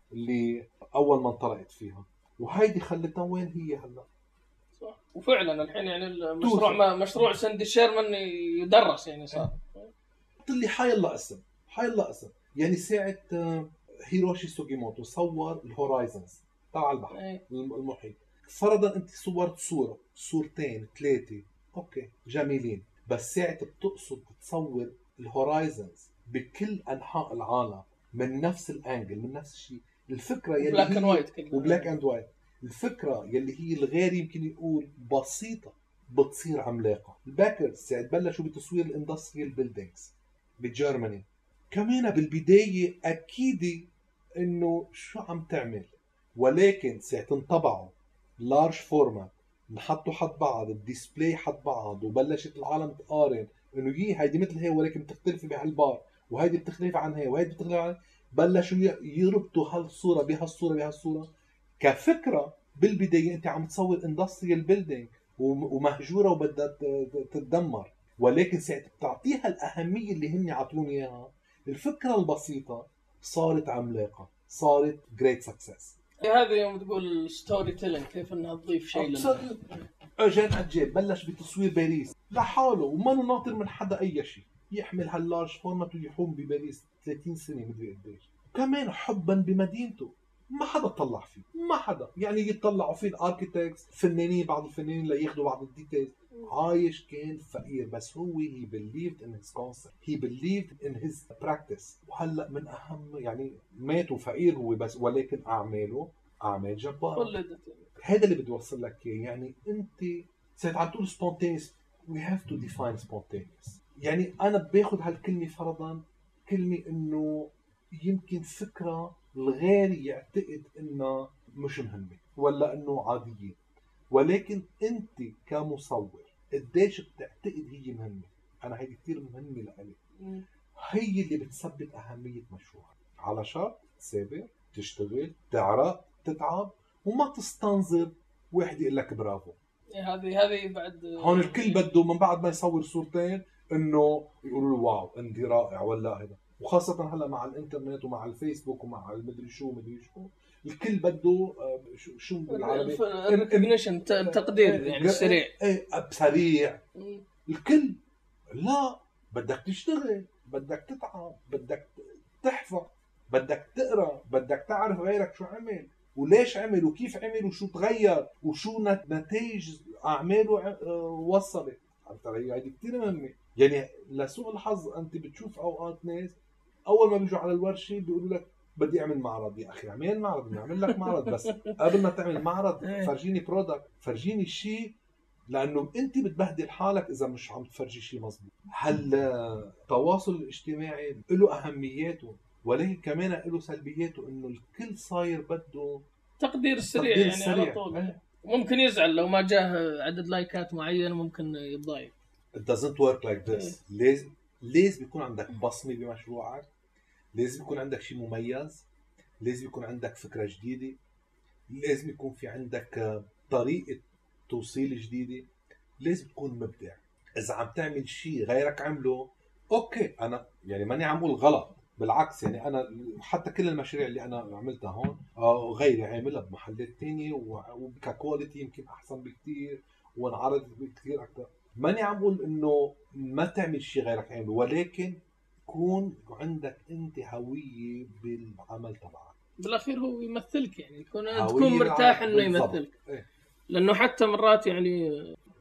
اللي اول ما انطلقت فيها، وهيدي خلتها وين هي هلا. صح. وفعلا الحين يعني المشروع ما مشروع ساندي شيرمان يدرس يعني صار. قلت لي حيلا اسم حيلا اسم يعني ساعه هيروشي سوغيموتو صور الهورايزنز تبع البحر أي. المحيط. فرضا انت صورت صوره صورتين ثلاثه اوكي جميلين، بس ساعه بتقصد تصور الهورايزنز بكل انحاء العالم من نفس الانجل من نفس الشيء، الفكره يلي بلاك هي اند وايت وبلاك اند وايت، الفكره يلي هي الغير يمكن يقول بسيطه بتصير عملاقه. الباكرز ساعه بلشوا بتصوير الاندستريال بيلدينجز بجرماني كمان بالبدايه اكيد انه شو عم تعمل، ولكن ساعه انطبعوا لارج فورمات نحطوا حد بعض الديسبلاي حد بعض وبلشت العالم تقارن انه يي هيدي مثل هي ولكن بتختلف بهالبار وهيدي بتختلف عن هي وهيدي بتختلف عن، بلشوا يربطوا هالصوره بهالصوره بهالصوره. كفكره بالبدايه انت عم تصور اندستريال بيلدينج ومهجوره وبدها تتدمر، ولكن ساعه بتعطيها الاهميه اللي هن عطوني اياها، الفكره البسيطه صارت عملاقه، صارت جريت سكسس. هذا يوم تقول ستوري تيلينج كيف انها تضيف شيء لل اجان اجيب بلش بتصوير باريس لحاله وما ناطر من حدا اي شيء، يحمل هاللارج فورمات ويحوم بباريس ثلاثين سنه مدري قديش، كمان حبا بمدينته ما حدا طلع فيه، ما حدا يعني يطلعوا فيه الاركيتكتس فنانين بعض الفنانين لياخذوا بعض الديتيلز، عايش كان فقير بس هو he believed in his concept he believed in his practice. وهلا من اهم يعني مات وفقير هو بس ولكن اعماله اعمال جباره. هذا اللي بدي اوصل لك اياه. يعني انت ساعات عم تقول spontaneous we have to define spontaneous. يعني انا باخذ هالكلمه فرضا كلمه انه يمكن فكره الغير يعتقد انها مش مهمه ولا انه عاديه، ولكن انت كمصور قديش بتعتقد هي مهمه. انا هيدي كثير مهمه لإلي، هي اللي بتثبت اهميه مشروعك. على شرط تثابر تشتغل تعرق تتعب وما تستنظر واحد يقول لك برافو. هذه هذه بعد هون الكل بده من بعد ما يصور صورتين انه يقولوا له واو انت رائع ولا هذا، وخاصه هلا مع الانترنت ومع الفيسبوك ومع المدري شو مدري شو الكل بده شو بالعربي الريكوجنيشن التقدير يعني سريع ايه سريع. الكل لا بدك تشتغل بدك تتعب بدك تحفظ بدك تقرا بدك تعرف غيرك شو عمل وليش عمل وكيف عمل وشو تغير وشو نتائج اعماله وصلت. هذه كثير مهمه. يعني لسوء الحظ انت بتشوف اوقات ناس اول ما بيجوا على الورشه بيقولوا لك بدي اعمل معرض. يا اخي اعمل معرض بدي اعمل لك معرض بس قبل ما تعمل معرض فرجيني برودكت فرجيني شيء، لانه انت بتبهدل حالك اذا مش عم تفرجي شيء مظبوط. هل التواصل الاجتماعي له اهمياته ولكن كمان له سلبياته، انه الكل صاير بده تقدير سريع يعني سريع. على طول ايه. ممكن يزعل لو ما جاه عدد لايكات معين ممكن يتضايق. It doesn't work like this. ايه. لازم لازم يكون عندك بصمه بمشروعك، لازم يكون عندك شيء مميز، لازم يكون عندك فكره جديده، لازم يكون في عندك طريقه توصيل جديده، لازم تكون مبدع. اذا عم تعمل شيء غيرك عمله اوكي انا يعني ماني عم اقول غلط، بالعكس يعني انا حتى كل المشاريع اللي انا عملتها هون غيري عاملها بمحلات تانية وككواليتي يمكن احسن بكتير وانعرضت بكتير اكثر. ماني عم اقول انه ما تعمل شيء غيرك عامله، ولكن يكون عندك انت هويه بالعمل تبعك. بالاخير هو يمثلك يعني يكون تكون مرتاح انه يمثلك. ايه. لانه حتى مرات يعني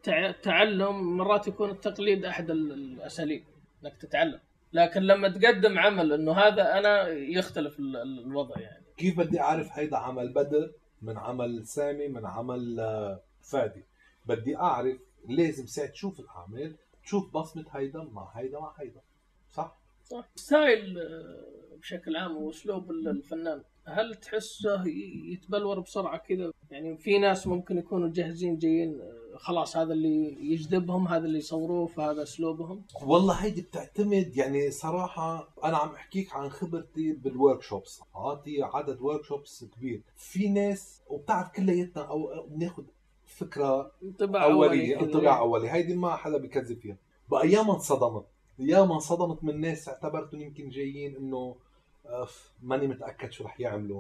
تعلم مرات يكون التقليد احد الاساليب انك تتعلم، لكن لما تقدم عمل انه هذا انا يختلف الوضع. يعني كيف بدي اعرف هيدا عمل بدر من عمل سامي من عمل فادي؟ بدي اعرف لازم ساعة تشوف الاعمال تشوف بصمة هيدا مع هيدا مع هيدا. صح صح. ستايل بشكل عام واسلوب الفنان هل تحسه يتبلور بسرعة كذا؟ يعني في ناس ممكن يكونوا جاهزين جايين خلاص هذا اللي يجذبهم هذا اللي يصوروه فهذا اسلوبهم. والله هيدي بتعتمد يعني صراحة انا عم احكيك عن خبرتي بالورك شوبس، عاطي عدد ورك شوبس كبير. في ناس وبتعرف كلياتنا او بناخذ فكرة انطباع اولية انطباع اولي، هيدي ما حدا بيكذب فيها. بايام انصدمت ايام انصدمت من ناس اعتبرتهم يمكن جايين انه ماني متأكد شو رح يعملوا،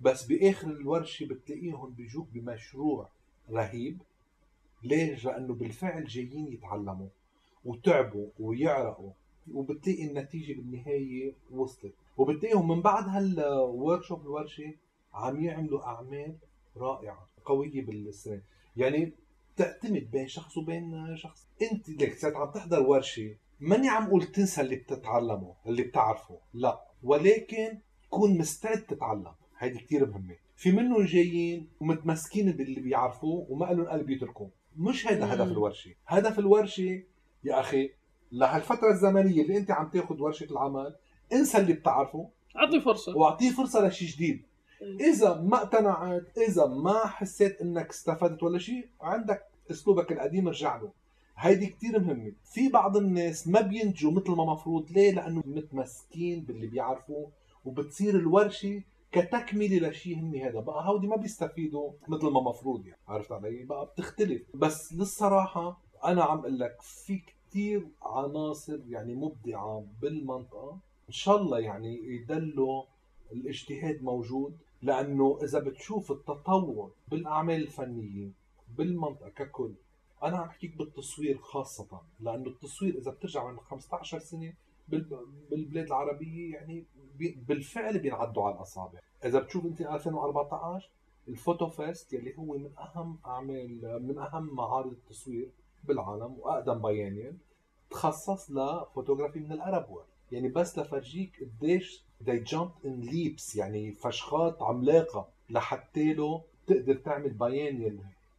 بس باخر الورشه بتلاقيهم بيجوك بمشروع رهيب. ليش؟ لانه بالفعل جايين يتعلموا وتعبوا ويعرقوا، وبتلاقي النتيجه بالنهايه وصلت، وبتلاقيهم من بعد هالورك شوب الورشه عم يعملوا اعمال رائعه قويه بالسنه. يعني تعتمد بين شخص وبين شخص. انت لك ساعه عم تحضر ورشه، ماني عم قول تنسى اللي بتتعلمه اللي بتعرفه، لا، ولكن تكون مستعد تتعلم. هيدي كتير مهمه. في منهم جايين ومتمسكين باللي بيعرفوه وما لهم قلب يتركوه. مش هيدا هدف الورشه. هدف الورشه يا اخي لهالفتره الزمنيه اللي انت عم تاخذ ورشه العمل، انسى اللي بتعرفه، اعطيه فرصه واعطيه فرصه لشيء جديد. اذا ما اقتنعت، اذا ما حسيت انك استفدت ولا شيء، عندك اسلوبك القديم ارجع له. هيدي كتير مهمه. في بعض الناس ما بينتجوا مثل ما مفروض. ليه؟ لانه متمسكين باللي بيعرفوه، وبتصير الورشه كتكمله لشيء هن هذا بقى هودي ما بيستفيدوا مثل ما مفروض. يعني عرفت علي؟ بقى بتختلف. بس للصراحه انا عم اقول لك في كتير عناصر يعني مبدعه بالمنطقه، ان شاء الله يعني يدلوا الاجتهاد موجود. لانه اذا بتشوف التطور بالاعمال الفنيه بالمنطقه ككل، انا عم بحكيك بالتصوير خاصه، لانه التصوير اذا بترجع من خمسة عشر سنه بالبلاد العربيه يعني بالفعل بينعدوا على الاصابع. اذا بتشوف انت ألفين وأربعة عشر الفوتو فيست يلي هو من اهم اعمال من اهم معارض التصوير بالعالم واقدم بايانيال، تخصص لفوتوغرافي من الارب وورد. يعني بس لفرجيك قديش they jumped in leaps، يعني فشخات عملاقه لحتى له تقدر تعمل بايانيال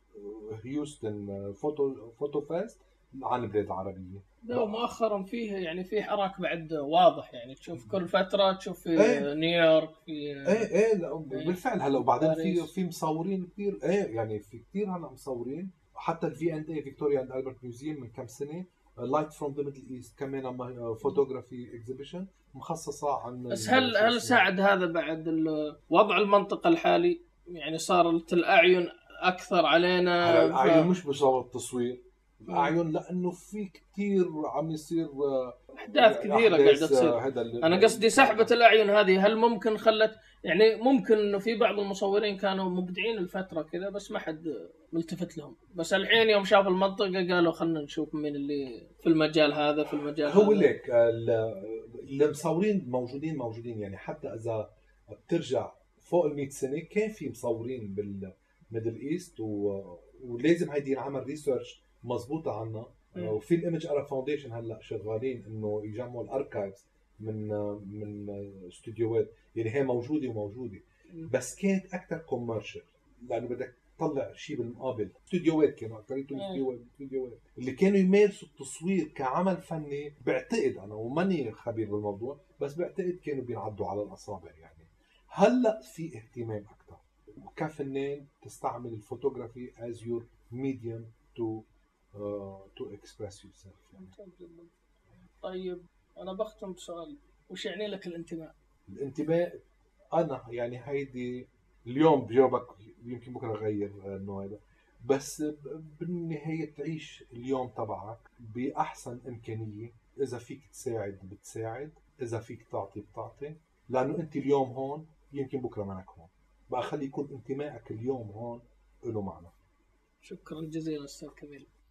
هيوستن فوتو فوتو فيست عن البلاد العربيه. لا مؤخرا فيه يعني في حراك بعد واضح، يعني تشوف كل فتره تشوف في ايه نيويورك في ايه ايه لا بالفعل. هلا وبعدين في باريس. في مصورين كثير. ايه يعني في كثير هلا مصورين. حتى الفي اند اي فيكتوريا اند البرت ميوزيوم من كم سنه لايت فروم ذا ميدل ايست كمان فوتوغرافي اكزيبيشن مخصصه عن. بس هل هل ساعد هذا بعد ال- وضع المنطقه الحالي؟ يعني صارت الاعين اكثر علينا. هلا الاعين ف... مش بسبب التصوير، الاعين لانه في كثير عم يصير احداث كثيره قاعده تصير. هذا انا قصدي سحبه الاعين هذه، هل ممكن خلت يعني ممكن انه في بعض المصورين كانوا مبدعين الفتره كذا بس ما حد ملتفت لهم، بس الحين يوم شافوا المنطقه قالوا خلنا نشوف مين اللي في المجال هذا في المجال هو هذا. ليك المصورين موجودين موجودين يعني حتى اذا بترجع فوق ال مئة سنه كان في مصورين بالميدل ايست و... ولازم هيدي ينعمل ريسيرش مضبوطه عنا. وفي الايمج ارب فاونديشن هلا شغالين انه يجمعوا الاركايفز من من استوديوهات، يعني هي موجوده وموجوده بس كانت اكثر كوميرشال، لانه بدك تطلع شيء بالمقابل. استوديوهات كانوا اكثريتهم استوديوهات اللي كانوا يمارسوا التصوير كعمل فني. بعتقد انا وماني خبير بالموضوع بس بعتقد كانوا بينعدوا على الاصابع. يعني هلا في اهتمام اكثر كفنان تستعمل الفوتوغرافي as your medium to uh, to express yourself. يعني. طيب انا بختم بسؤال، وش يعني لك الانتماء؟ الانتماء انا يعني هيدي اليوم بجاوبك، يمكن بكره اغير انه هذا، بس بالنهايه تعيش اليوم تبعك باحسن امكانيه. اذا فيك تساعد بتساعد، اذا فيك تعطي بتعطي، لانه انت اليوم هون يمكن بكره معك هون. بقى خلي يكون انتمائك اليوم هون له معنى. شكرا جزيلا استاذ كميل.